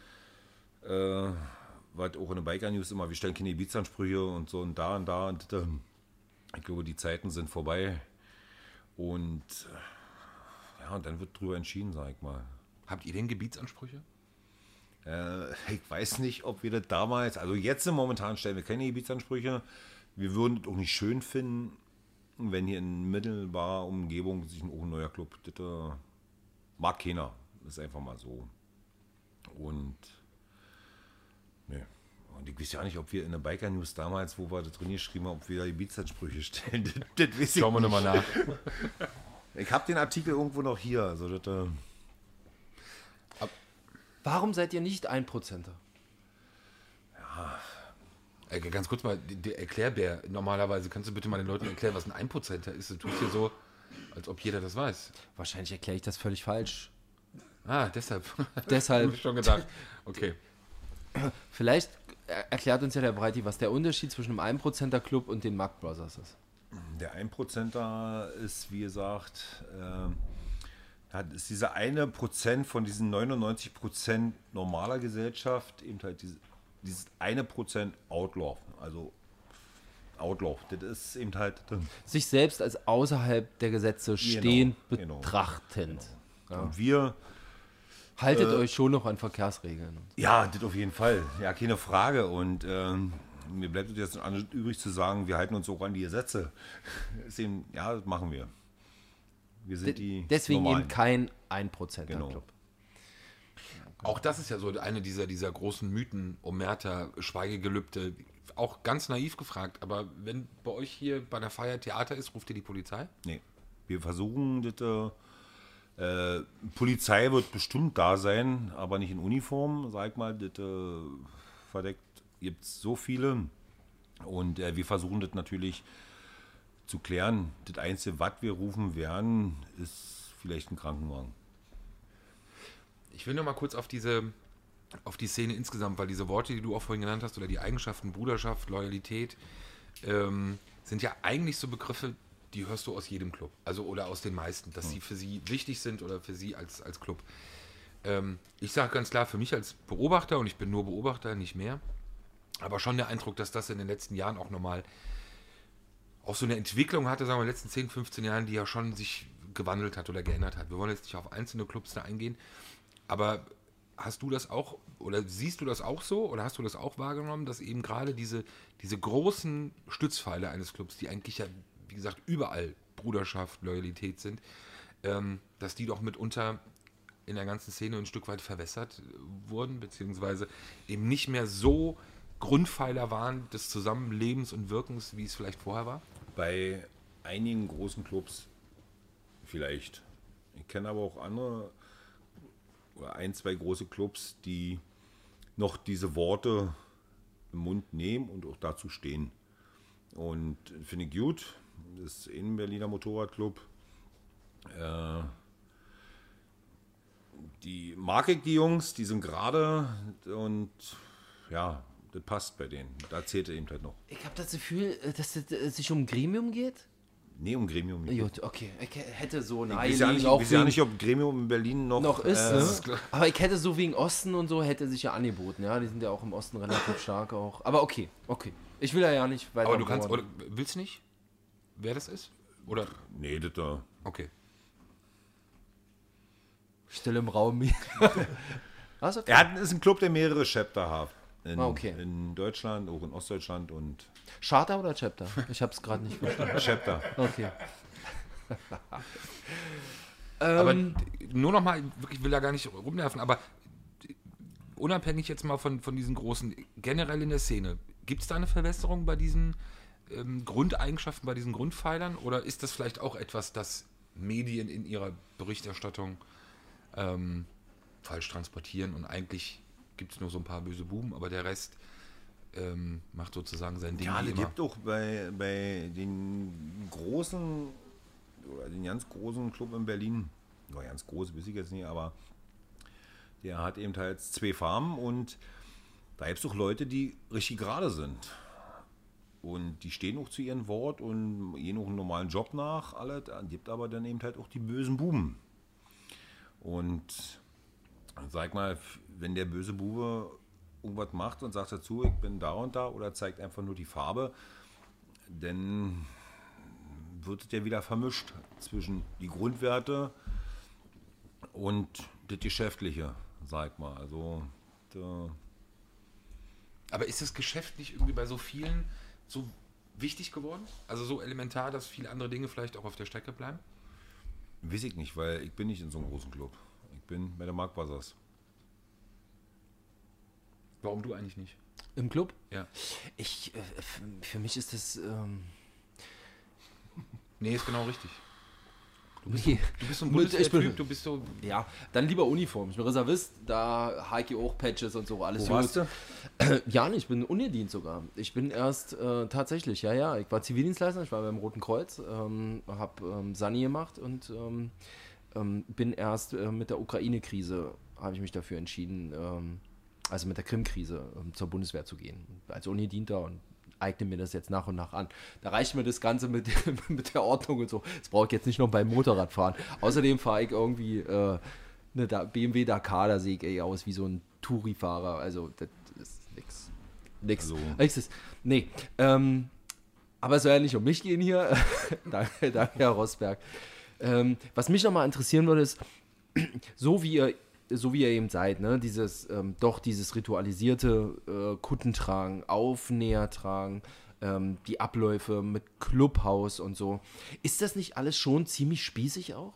was auch in der Biker News immer, wir stellen keine Gebietsansprüche und so und da. Und ich glaube, die Zeiten sind vorbei. Und ja, und dann wird drüber entschieden, sag ich mal.
Habt ihr denn Gebietsansprüche?
Ich weiß nicht, ob wir das damals, also jetzt momentan stellen wir keine Gebietsansprüche. Wir würden es auch nicht schön finden, wenn hier in mittelbarer Umgebung sich auch ein neuer Club, das mag keiner. Das ist einfach mal so. Und ne. Und ich weiß ja nicht, ob wir in der Biker News damals, wo wir da drin geschrieben haben, ob wir da Gebietsansprüche stellen. Das weiß
Schauen wir nochmal nach.
Ich habe den Artikel irgendwo noch hier. Also das,
Warum seid ihr nicht 1%er?
Ganz kurz mal, der Erklärbär, normalerweise kannst du bitte mal den Leuten erklären, was ein 1%er ist. Du tust hier so, als ob jeder das weiß.
Wahrscheinlich erkläre ich das völlig falsch.
Deshalb.
Deshalb.
Hab ich schon gedacht. Okay.
Vielleicht erklärt uns ja der Breiti, was der Unterschied zwischen einem 1%er Club und den Mark Brothers ist.
der 1%er ist, wie gesagt, ist dieser 1% von diesen 99% normaler Gesellschaft, eben halt dieses 1% Outlaw. Also Outlaw, das ist eben halt...
Sich selbst als außerhalb der Gesetze stehend betrachtend.
Ja. Und wir...
Haltet euch schon noch an Verkehrsregeln.
Ja, das auf jeden Fall. Ja, keine Frage. Und mir bleibt jetzt übrig zu sagen, wir halten uns auch an die Gesetze. Ja, das machen wir. Wir sind die
Deswegen
Normalen.
eben kein 1%er
Genau.
Club.
Auch das ist ja so eine dieser großen Mythen, Omerta, Schweigegelübde. Auch ganz naiv gefragt, aber wenn bei euch hier bei der Feier Theater ist, ruft ihr die Polizei?
Nee, wir versuchen das... Polizei wird bestimmt da sein, aber nicht in Uniform, sag mal, das verdeckt gibt es so viele und wir versuchen das natürlich zu klären. Das Einzige, was wir rufen werden, ist vielleicht ein Krankenwagen.
Ich will noch mal kurz auf die Szene insgesamt, weil diese Worte, die du auch vorhin genannt hast, oder die Eigenschaften Bruderschaft, Loyalität, sind ja eigentlich so Begriffe, die hörst du aus jedem Club, also oder aus den meisten, dass sie für sie wichtig sind oder für sie als Club. Ich sage ganz klar, für mich als Beobachter, und ich bin nur Beobachter, nicht mehr, aber schon der Eindruck, dass das in den letzten Jahren auch nochmal auch so eine Entwicklung hatte, sagen wir in den letzten 10, 15 Jahren, die ja schon sich gewandelt hat oder geändert hat. Wir wollen jetzt nicht auf einzelne Clubs da eingehen, Aber hast du das auch, oder siehst du das auch so, oder hast du das auch wahrgenommen, dass eben gerade diese großen Stützpfeiler eines Clubs, die eigentlich ja, wie gesagt, überall Bruderschaft, Loyalität sind, dass die doch mitunter in der ganzen Szene ein Stück weit verwässert wurden, beziehungsweise eben nicht mehr so Grundpfeiler waren des Zusammenlebens und Wirkens, wie es vielleicht vorher war?
Bei einigen großen Clubs vielleicht. Ich kenne aber auch andere oder ein, zwei große Clubs, die noch diese Worte im Mund nehmen und auch dazu stehen. Und finde ich gut. Das ist ein Berliner Motorradclub. Die mag ich, die Jungs, die sind gerade und ja, das passt bei denen. Da zählt er eben halt noch.
Ich habe das Gefühl, dass es sich um ein Gremium geht.
Nee, um Gremium nicht.
Gut, okay. Ich hätte so
Ich weiß ja nicht, ob Gremium in Berlin noch
ist. Ne? Aber ich hätte so wegen Osten und so, hätte sich ja angeboten. Ja, die sind ja auch im Osten relativ stark auch. Aber okay. Ich will ja nicht weiter.
Aber du kannst, oder willst nicht, wer das ist? Oder?
Nee, das da.
Okay.
Still im Raum. Was? Okay.
Ist ein Club, der mehrere Chapter hat.
Okay.
In Deutschland, auch in Ostdeutschland und.
Charter oder Chapter? Ich habe es gerade nicht verstanden.
Chapter.
Okay.
Aber nur noch mal, wirklich, ich will da gar nicht rumnerven, aber unabhängig jetzt mal von diesen großen, generell in der Szene, gibt es da eine Verwässerung bei diesen Grundeigenschaften, bei diesen Grundpfeilern? Oder ist das vielleicht auch etwas, das Medien in ihrer Berichterstattung falsch transportieren und eigentlich gibt es nur so ein paar böse Buben, aber der Rest macht sozusagen sein Ding.
Ja,
wie
es
immer.
gibt auch bei den großen oder den ganz großen Club in Berlin, oder ganz groß, weiß ich jetzt nicht, aber der hat eben halt 2 Farmen und da gibt es auch Leute, die richtig gerade sind. Und die stehen auch zu ihrem Wort und gehen auch einen normalen Job nach, alles, gibt aber dann eben halt auch die bösen Buben. Und sag mal, wenn der böse Bube irgendwas macht und sagt dazu, ich bin da und da oder zeigt einfach nur die Farbe, dann wird es ja wieder vermischt zwischen die Grundwerte und das Geschäftliche, sag mal. Also,
Aber ist das Geschäft nicht irgendwie bei so vielen so wichtig geworden? Also so elementar, dass viele andere Dinge vielleicht auch auf der Strecke bleiben?
weiß ich nicht, weil ich bin nicht in so einem großen Club. Ich bin bei der Mark Brothers.
Warum du eigentlich nicht?
Im Club?
Ja.
Für mich ist das.
Nee, ist genau richtig. Du bist so ein
Ich bin-
Bundeswehrtyp, du bist so...
Ja, dann lieber Uniform. Ich bin Reservist, da HG auch Patches und so, alles
Wo warst du?
Ja, ich bin Unidienst sogar. Ich bin erst tatsächlich, ja, ich war Zivildienstleister, ich war beim Roten Kreuz, habe Sani gemacht und bin erst mit der Ukraine-Krise, habe ich mich dafür entschieden, also mit der Krim-Krise zur Bundeswehr zu gehen. Als Unidienter und eigne mir das jetzt nach und nach an. Da reicht mir das Ganze mit der Ordnung und so. Das brauche ich jetzt nicht noch beim Motorradfahren. Außerdem fahre ich irgendwie eine BMW Dakar, da sehe ich aus wie so ein Touri-Fahrer. Also das ist nix.
Also.
Nee. Aber es soll ja nicht um mich gehen hier. danke, Herr Rosberg. Was mich nochmal interessieren würde, ist, so wie ihr eben seid, ne? Dieses ritualisierte Kuttentragen, Aufnäher tragen, die Abläufe mit Clubhaus und so. Ist das nicht alles schon ziemlich spießig auch?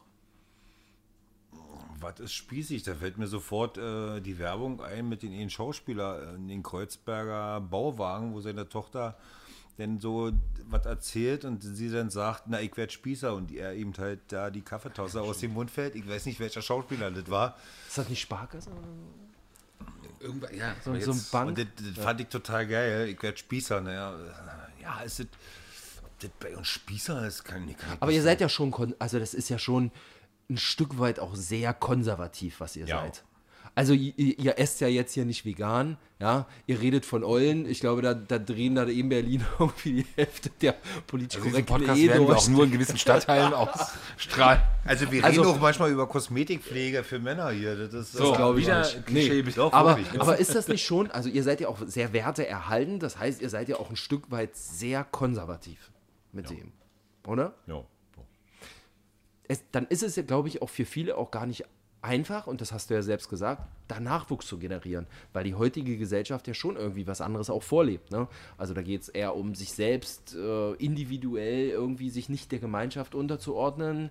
Was ist spießig? Da fällt mir sofort die Werbung ein mit den Schauspieler in den Kreuzberger Bauwagen, wo seine Tochter denn so was erzählt und sie dann sagt, na, ich werde Spießer und er eben halt da die Kaffeetasse aus dem Mund fällt. Ich weiß nicht, welcher Schauspieler das war.
Ist das nicht Sparkasse?
Irgendwann, ja.
So ein Bank?
Und das fand ich total geil. Ich werde Spießer. Naja, ja, ist das, ob das bei uns Spießer ist, kann ich nicht.
Aber ihr seid ja schon, also das ist ja schon ein Stück weit auch sehr konservativ, was ihr
Ja.
seid. Also ihr esst ja jetzt hier nicht vegan, ja, ihr redet von Eulen, ich glaube, da drehen da in Berlin irgendwie die Hälfte der politisch
Also diesen
korrekten
Podcast werden wir auch
durch.
nur in gewissen Stadtteilen ausstrahlen.
Also wir
Also-
reden auch manchmal über Kosmetikpflege für Männer hier. Das ist
So,
glaube ich
wieder
nicht.
Klischee.
Doch,
Aber,
wirklich.
aber ist das nicht schon, also ihr seid ja auch sehr werteerhaltend, das heißt, ihr seid ja auch ein Stück weit sehr konservativ mit dem, oder?
Ja.
Dann ist es ja, glaube ich, auch für viele auch gar nicht einfach, und das hast du ja selbst gesagt, da Nachwuchs zu generieren, weil die heutige Gesellschaft ja schon irgendwie was anderes auch vorlebt. Ne? Also da geht es eher um sich selbst individuell irgendwie sich nicht der Gemeinschaft unterzuordnen.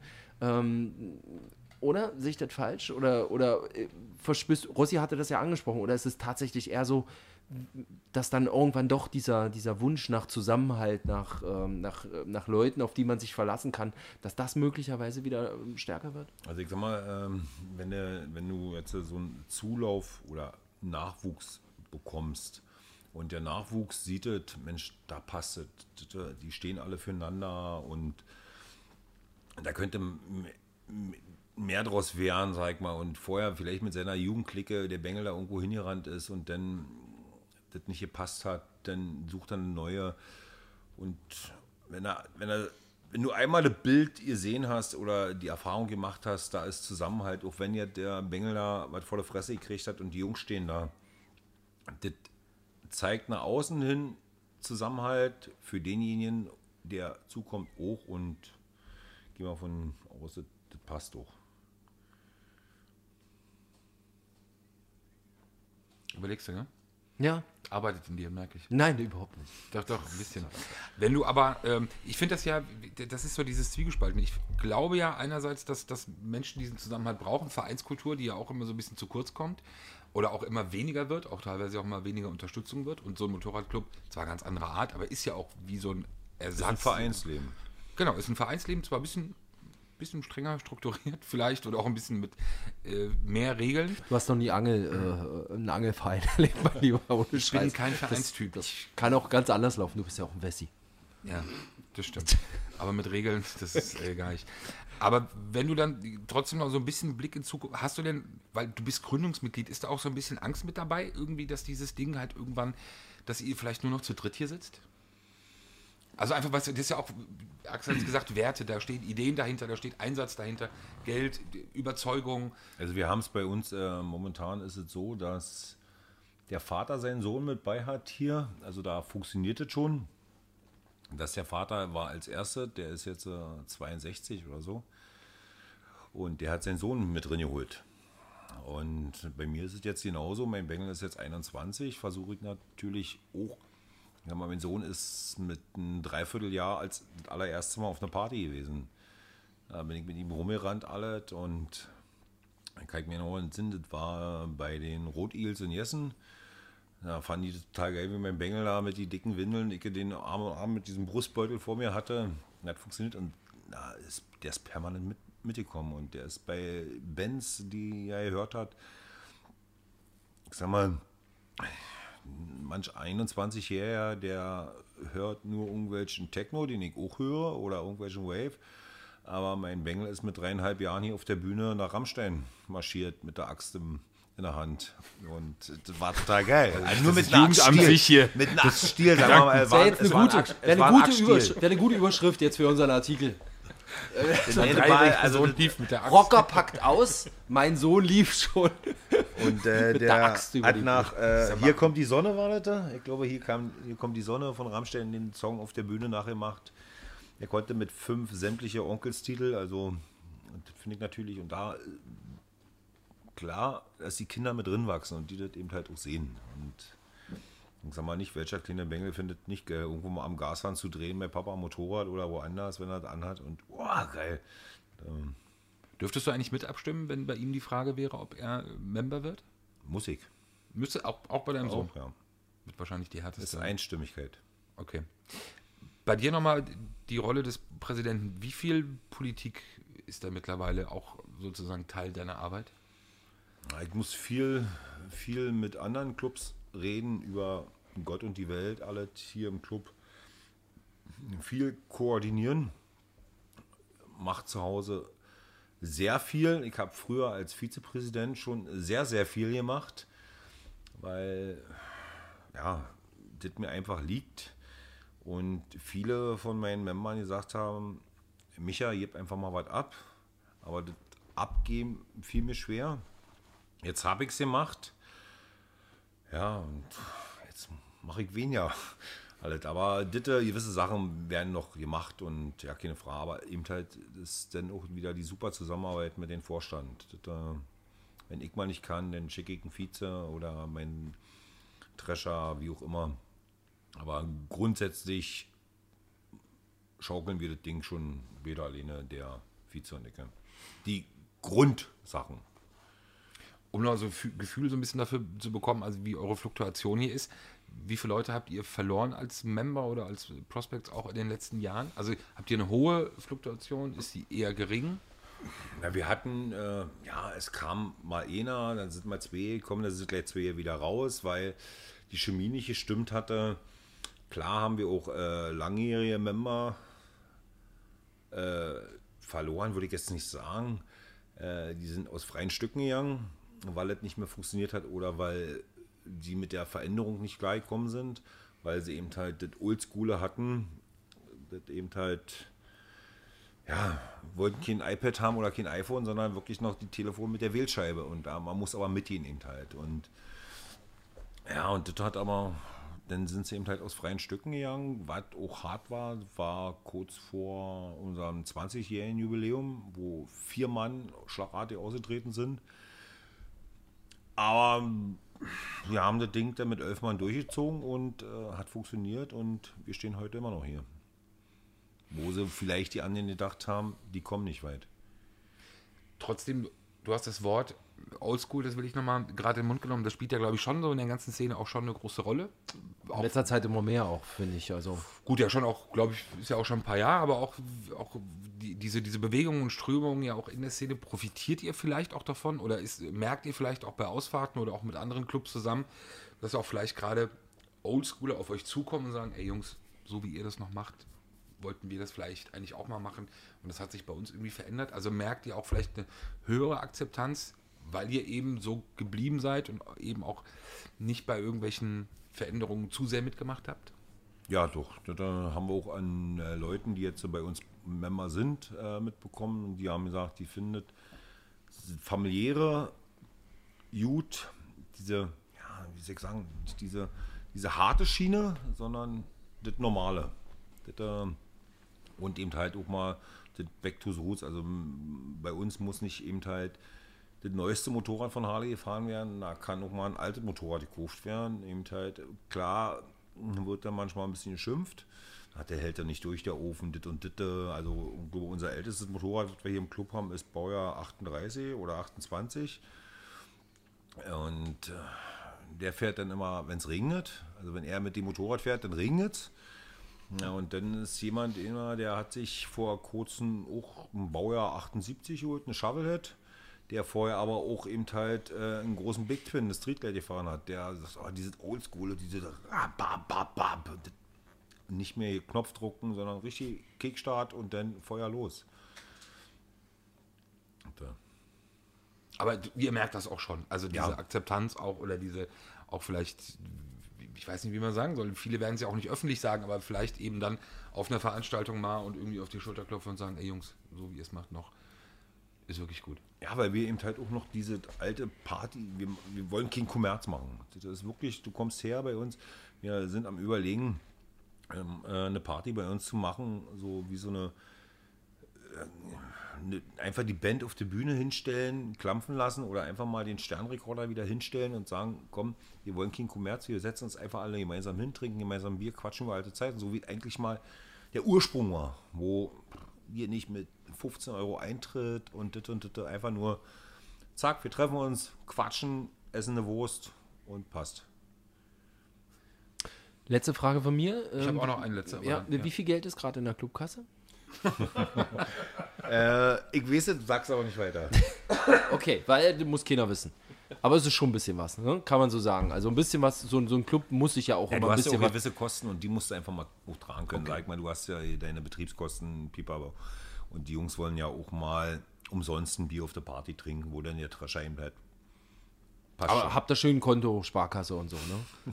Oder sehe ich das falsch? Oder verspürst, Rossi hatte das ja angesprochen, oder ist es tatsächlich eher so, dass dann irgendwann doch dieser Wunsch nach Zusammenhalt, nach Leuten, auf die man sich verlassen kann, dass das möglicherweise wieder stärker wird?
Also ich sag mal, wenn du jetzt so einen Zulauf oder Nachwuchs bekommst und der Nachwuchs sieht es, Mensch, da passt es, die stehen alle füreinander und da könnte mehr draus werden, sag ich mal, und vorher vielleicht mit seiner Jugendclique der Bengel da irgendwo hingerannt ist und dann das nicht gepasst hat, dann sucht er eine neue. Und wenn du einmal das Bild gesehen hast oder die Erfahrung gemacht hast, da ist Zusammenhalt, auch wenn jetzt der Bengel da was vor der Fresse gekriegt hat und die Jungs stehen da, das zeigt nach außen hin Zusammenhalt für denjenigen, der zukommt, auch, und gehen wir von aus, das passt doch.
Überlegst du, ne?
Ja.
Arbeitet in dir, merke ich.
Nein, überhaupt nicht.
Doch, ein bisschen. Wenn du aber, ich finde das ja, das ist so dieses Zwiegespalten. Ich glaube ja einerseits, dass Menschen diesen Zusammenhalt brauchen, Vereinskultur, die ja auch immer so ein bisschen zu kurz kommt oder auch immer weniger wird, auch teilweise auch immer weniger Unterstützung wird. Und so ein Motorradclub, zwar ganz anderer Art, aber ist ja auch wie so ein Ersatz.
Das ist ein Vereinsleben.
Genau, ist ein Vereinsleben, zwar ein bisschen strenger strukturiert vielleicht oder auch ein bisschen mit mehr Regeln.
Du hast noch nie einen Angelverein erlebt, mein Lieber, ohne
Ich bin kein Vereinstyp.
Das kann auch ganz anders laufen, du bist ja auch ein Wessi.
Ja, das stimmt. Aber mit Regeln, das ist gar nicht. Aber wenn du dann trotzdem noch so ein bisschen Blick in Zukunft, hast du denn, weil du bist Gründungsmitglied, ist da auch so ein bisschen Angst mit dabei, irgendwie, dass dieses Ding halt irgendwann, dass ihr vielleicht nur noch zu dritt hier sitzt? Also einfach, weißt du, das ist ja auch, Axel hat es gesagt, Werte, da stehen Ideen dahinter, da steht Einsatz dahinter, Geld, Überzeugung.
Also wir haben es bei uns, momentan ist es so, dass der Vater seinen Sohn mit bei hat hier, also da funktioniert es schon. Dass der Vater war als Erster, der ist jetzt 62 oder so, und der hat seinen Sohn mit drin geholt. Und bei mir ist es jetzt genauso, mein Bengel ist jetzt 21, versuche ich natürlich auch. Ja, mein Sohn ist mit einem Dreivierteljahr als das allererste Mal auf einer Party gewesen. Da bin ich mit ihm rumgerannt, alles, und dann kann ich mir noch entsinnen, das war bei den Rot-Eels in Jessen. Da fanden die total geil, wie mein Bengel da mit die dicken Windeln, ich den Arm mit diesem Brustbeutel vor mir hatte. Das hat funktioniert, und der ist permanent mitgekommen, und der ist bei Bands, die er gehört hat, ich sag mal, manch 21-Jähriger, der hört nur irgendwelchen Techno, den ich auch höre, oder irgendwelchen Wave. Aber mein Bengel ist mit 3,5 Jahren hier auf der Bühne nach Rammstein marschiert mit der Axt in der Hand. Und das war total geil. Also nur mit einem
Axtstiel.
Mit einem Axtstiel, sagen wir mal.
Das wäre eine gute Überschrift jetzt für unseren Artikel.
Also lief mit der Axt.
Rocker packt aus, mein Sohn lief schon.
Und
der
der
Axt über
hat
die
nach Hier kommt die Sonne, war das da? Ich glaube, hier kommt die Sonne von Rammstein, den Song auf der Bühne nachgemacht. Er konnte mit 5 sämtliche Onkelstitel, also das finde ich natürlich, und da klar, dass die Kinder mit drin wachsen und die das eben halt auch sehen. Und ich sag mal nicht, welcher kleine Bengel findet nicht geil, irgendwo mal am Gashahn zu drehen bei Papa am Motorrad oder woanders, wenn er das anhat, und geil.
Dürftest du eigentlich mit abstimmen, wenn bei ihm die Frage wäre, ob er Member wird?
Musik.
Müsste auch bei deinem Sohn?
Ja.
Wird wahrscheinlich die
Das
härteste.
ist Einstimmigkeit.
Okay. Bei dir nochmal die Rolle des Präsidenten. Wie viel Politik ist da mittlerweile auch sozusagen Teil deiner Arbeit?
Ich muss viel mit anderen Clubs reden über Gott und die Welt, alles hier im Club. Viel koordinieren. Macht zu Hause sehr viel. Ich habe früher als Vizepräsident schon sehr, sehr viel gemacht, weil das mir einfach liegt. Und viele von meinen Membern gesagt haben, Micha, gib einfach mal was ab. Aber das Abgeben fiel mir schwer. Jetzt habe ich es gemacht. Ja, und jetzt mache ich weniger. Aber gewisse Sachen werden noch gemacht, und ja, keine Frage. Aber eben halt ist dann auch wieder die super Zusammenarbeit mit dem Vorstand. wenn ich mal nicht kann, dann schicke ich einen Vize oder meinen Drescher, wie auch immer. Aber grundsätzlich schaukeln wir das Ding schon weder alleine, der Vize und ich. Die Grundsachen.
Um noch so ein Gefühl so ein bisschen dafür zu bekommen, also wie eure Fluktuation hier ist. Wie viele Leute habt ihr verloren als Member oder als Prospects auch in den letzten Jahren? Also habt ihr eine hohe Fluktuation? Ist die eher gering?
Na, wir hatten, es kam mal einer, dann sind mal zwei gekommen, dann sind gleich zwei wieder raus, weil die Chemie nicht gestimmt hatte. Klar haben wir auch langjährige Member verloren, würde ich jetzt nicht sagen. Die sind aus freien Stücken gegangen, weil es nicht mehr funktioniert hat oder weil die mit der Veränderung nicht klargekommen sind, weil sie eben halt das Oldschooler hatten, das eben halt, ja, wollten kein iPad haben oder kein iPhone, sondern wirklich noch die Telefon mit der Wählscheibe und man muss aber mitgehen eben halt und ja, und das hat aber, dann sind sie eben halt aus freien Stücken gegangen, was auch hart war kurz vor unserem 20-jährigen Jubiläum, wo 4 Mann schlagartig ausgetreten sind. Aber wir haben das Ding dann mit 11 Mann durchgezogen und hat funktioniert und wir stehen heute immer noch hier. Wo sie vielleicht die anderen gedacht haben, die kommen nicht weit.
Trotzdem, du hast das Wort Oldschool, das will ich nochmal gerade in den Mund genommen, das spielt ja, glaube ich, schon so in der ganzen Szene auch schon eine große Rolle.
In letzter Zeit immer mehr auch, finde ich. Also
Gut, ja schon auch, glaube ich, ist ja auch schon ein paar Jahre, aber auch diese Bewegungen und Strömungen ja auch in der Szene, profitiert ihr vielleicht auch davon oder merkt ihr vielleicht auch bei Ausfahrten oder auch mit anderen Clubs zusammen, dass auch vielleicht gerade Oldschooler auf euch zukommen und sagen, ey Jungs, so wie ihr das noch macht, wollten wir das vielleicht eigentlich auch mal machen und das hat sich bei uns irgendwie verändert. Also merkt ihr auch vielleicht eine höhere Akzeptanz, weil ihr eben so geblieben seid und eben auch nicht bei irgendwelchen Veränderungen zu sehr mitgemacht habt?
Ja, doch. Das haben wir auch an Leuten, die jetzt bei uns Member sind, mitbekommen. Und die haben gesagt, die findet familiäre gut, diese, ja, wie soll ich sagen, nicht diese harte Schiene, sondern das Normale. Das, und eben halt auch mal das Back to the Roots. Also bei uns muss nicht eben halt das neueste Motorrad von Harley gefahren werden, da kann auch mal ein altes Motorrad gekauft werden. Eben halt, klar, wird dann manchmal ein bisschen geschimpft. Der hält ja nicht durch, der Ofen, dit und dit. Also unser ältestes Motorrad, das wir hier im Club haben, ist Baujahr 38 oder 28. Und der fährt dann immer, wenn es regnet. Also wenn er mit dem Motorrad fährt, dann regnet es. Ja, und dann ist jemand immer, der hat sich vor kurzem auch ein Baujahr 78 geholt, eine Shovelhead, der vorher aber auch eben halt einen großen Big Twin, eine Streetlight gefahren hat. Der sagt, oh, diese Oldschool, diese nicht mehr Knopfdrucken, sondern richtig Kickstart und dann Feuer los. Und,
Aber ihr merkt das auch schon. Also diese
Ja.
Akzeptanz auch oder diese auch vielleicht, ich weiß nicht, wie man sagen soll, viele werden es ja auch nicht öffentlich sagen, aber vielleicht eben dann auf einer Veranstaltung mal und irgendwie auf die Schulter klopfen und sagen, ey Jungs, so wie ihr es macht noch, ist wirklich gut.
ja, weil wir eben halt auch noch diese alte Party, wir wollen keinen Kommerz machen. Das ist wirklich, du kommst her bei uns, wir sind am Überlegen, eine Party bei uns zu machen, so wie so einfach die Band auf die Bühne hinstellen, klampfen lassen oder einfach mal den Sternrekorder wieder hinstellen und sagen, komm, wir wollen keinen Kommerz, wir setzen uns einfach alle gemeinsam hin, trinken gemeinsam Bier, quatschen über alte Zeiten, so wie eigentlich mal der Ursprung war, wo wir nicht mit 15 Euro Eintritt und das einfach nur, zack, wir treffen uns, quatschen, essen eine Wurst und passt.
letzte Frage von mir.
Ich habe auch noch eine letzte.
Ja,
aber,
wie viel Geld ist gerade in der Clubkasse?
Ich weiß es, sag's aber nicht weiter.
Okay, weil das muss keiner wissen. Aber es ist schon ein bisschen was, ne? Kann man so sagen. Also ein bisschen was, so ein Club muss sich ja auch
Ja,
immer
du
ein
hast ja
bisschen
auch
was.
gewisse Kosten und die musst du einfach mal hochtragen können. Sag mal, du hast ja deine Betriebskosten, Pipapo. Und die Jungs wollen ja auch mal umsonst ein Bier auf der Party trinken, wo dann der Trascher eben bleibt. Passt
Aber
schon.
habt ihr schön Konto, Sparkasse und so, ne?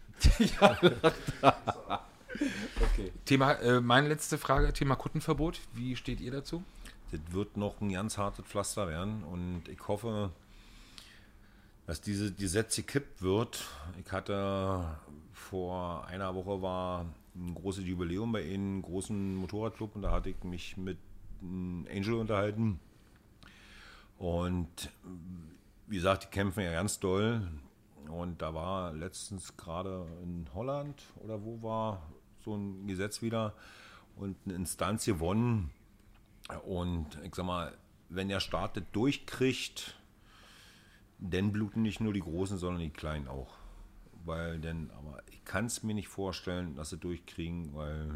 Thema, meine letzte Frage, Thema Kuttenverbot. Wie steht ihr dazu?
Das wird noch ein ganz hartes Pflaster werden und ich hoffe, dass diese Gesetz gekippt wird. Ich hatte vor einer Woche war ein großes Jubiläum bei einem großen Motorradclub und da hatte ich mich mit Angel unterhalten und wie gesagt, die kämpfen ja ganz doll. Und da war letztens gerade in Holland oder wo war so ein Gesetz wieder und eine Instanz gewonnen. Und ich sag mal, wenn der Staat das durchkriegt, dann bluten nicht nur die Großen, sondern die Kleinen auch. Aber ich kann es mir nicht vorstellen, dass sie durchkriegen, weil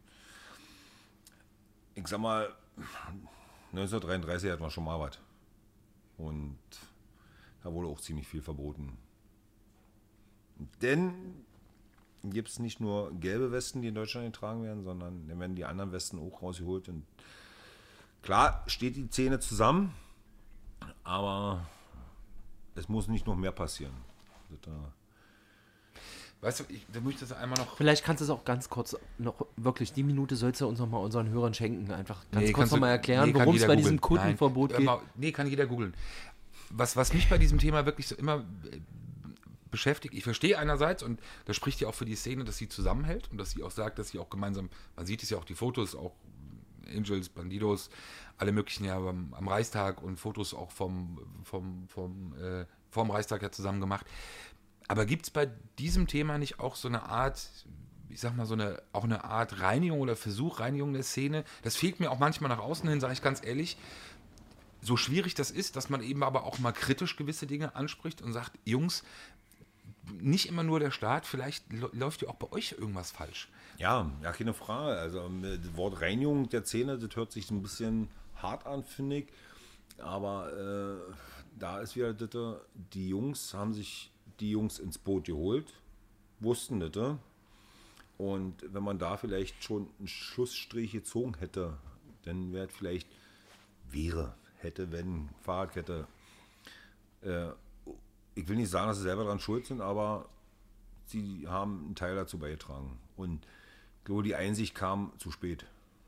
ich sag mal, 1933 hatten wir schon mal was. Und da wurde auch ziemlich viel verboten. Denn gibt es nicht nur gelbe Westen, die in Deutschland getragen werden, sondern dann werden die anderen Westen auch rausgeholt. Und klar steht die Szene zusammen, aber es muss nicht noch mehr passieren.
Weißt du, da möchte ich das einmal noch...
Vielleicht kannst du es auch ganz kurz noch, wirklich, die Minute sollst du uns noch mal unseren Hörern schenken. Einfach ganz kurz noch mal erklären, worum es bei diesem Kundenverbot geht.
Nee, kann jeder googeln. Was mich bei diesem Thema wirklich so immer beschäftigt, ich verstehe einerseits, und das spricht ja auch für die Szene, dass sie zusammenhält und dass sie auch sagt, dass sie auch gemeinsam, man sieht es ja auch, die Fotos, auch Angels, Bandidos, alle möglichen ja am Reichstag und Fotos auch vom Reichstag ja zusammen gemacht. Aber gibt es bei diesem Thema nicht auch so eine Art, ich sag mal, auch eine Art Reinigung oder Versuch, Reinigung der Szene? Das fehlt mir auch manchmal nach außen hin, sage ich ganz ehrlich. So schwierig das ist, dass man eben aber auch mal kritisch gewisse Dinge anspricht und sagt, Jungs, nicht immer nur der Staat, vielleicht läuft ja auch bei euch irgendwas falsch.
Ja, keine Frage. Also das Wort Reinigung der Szene, das hört sich ein bisschen hart an, finde ich. Aber da ist wieder das, die Jungs haben sich die Jungs ins Boot geholt, wussten das. Und wenn man da vielleicht schon einen Schlussstrich gezogen hätte, dann wäre es vielleicht, hätte, wenn, Fahrradkette. Ich will nicht sagen, dass sie selber daran schuld sind, aber sie haben einen Teil dazu beigetragen. Und ich glaube, die Einsicht kam zu spät.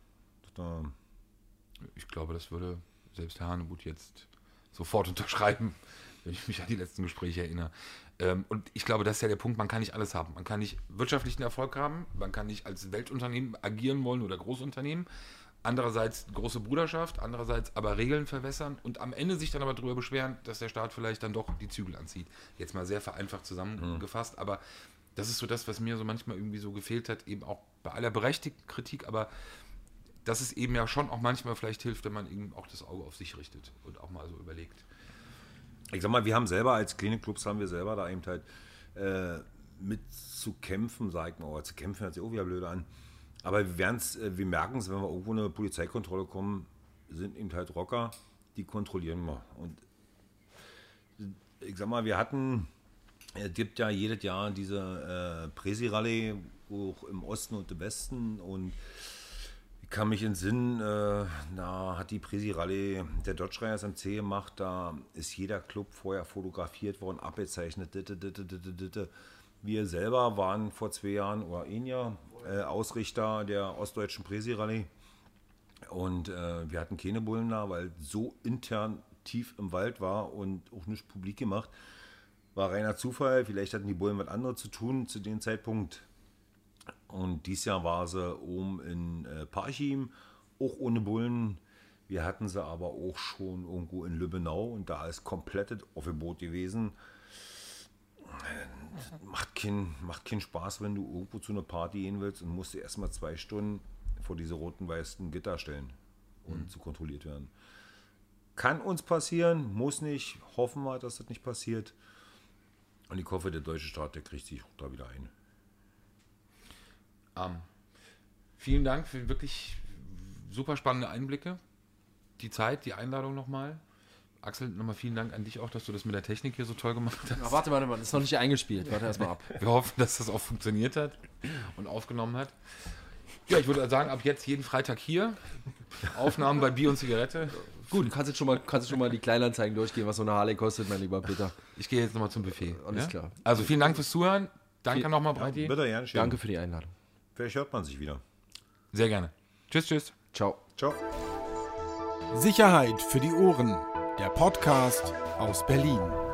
Ich glaube, das würde selbst Herr Hanebuth jetzt sofort unterschreiben, wenn ich mich an die letzten Gespräche erinnere. Und ich glaube, das ist ja der Punkt, man kann nicht alles haben. Man kann nicht wirtschaftlichen Erfolg haben, man kann nicht als Weltunternehmen agieren wollen oder Großunternehmen. Andererseits große Bruderschaft, andererseits aber Regeln verwässern und am Ende sich dann aber darüber beschweren, dass der Staat vielleicht dann doch die Zügel anzieht. Jetzt mal sehr vereinfacht zusammengefasst, aber das ist so das, was mir so manchmal irgendwie so gefehlt hat, eben auch bei aller berechtigten Kritik, aber dass es eben ja schon auch manchmal vielleicht hilft, wenn man eben auch das Auge auf sich richtet und auch mal so überlegt.
Ich sag mal, wir haben selber als kleine Clubs haben wir selber da eben halt mit zu kämpfen, sag ich mal, oder zu kämpfen hört sich auch wieder blöd an. Aber wir merken es, wenn wir irgendwo eine Polizeikontrolle kommen, sind eben halt Rocker, die kontrollieren wir. Und ich sag mal, es gibt ja jedes Jahr diese Presi-Rallye, auch im Osten und im Westen. Und ich kann mich entsinnen, da hat die Presi-Rallye der Dodge Riders MC gemacht, da ist jeder Club vorher fotografiert worden, abgezeichnet. Wir selber waren vor 2 Jahren oder 1 Jahr Ausrichter der ostdeutschen Presi-Rallye und wir hatten keine Bullen da, weil so intern tief im Wald war und auch nicht publik gemacht. War reiner Zufall, vielleicht hatten die Bullen was anderes zu tun zu dem Zeitpunkt. Und dieses Jahr war sie oben in Parchim, auch ohne Bullen. Wir hatten sie aber auch schon irgendwo in Lübbenau und da ist komplettes Aufgebot gewesen. Macht keinen Spaß, wenn du irgendwo zu einer Party gehen willst und musst dir erstmal 2 Stunden vor diese roten-weißen Gitter stellen und zu kontrolliert werden. Kann uns passieren, muss nicht. Hoffen wir, dass das nicht passiert. Und ich hoffe, der deutsche Staat, der kriegt sich da wieder ein.
Vielen Dank für wirklich super spannende Einblicke. Die Zeit, die Einladung nochmal. Axel, nochmal vielen Dank an dich auch, dass du das mit der Technik hier so toll gemacht hast.
Na, warte, das ist noch nicht eingespielt. Warte erstmal ab.
Wir hoffen, dass das auch funktioniert hat und aufgenommen hat. Ja, ich würde sagen, ab jetzt jeden Freitag hier. Aufnahmen bei Bier und Zigarette.
Gut, kannst jetzt schon mal die Kleinanzeigen durchgehen, was so eine Harley kostet, mein lieber Peter.
Ich gehe jetzt nochmal zum Buffet.
Alles klar.
Also vielen Dank fürs Zuhören. Danke nochmal, Breiti.
Bitte, Jan, schön.
Danke für die Einladung.
Vielleicht hört man sich wieder.
Sehr gerne. Tschüss.
Ciao.
Ciao.
Sicherheit für die Ohren. Der Podcast aus Berlin.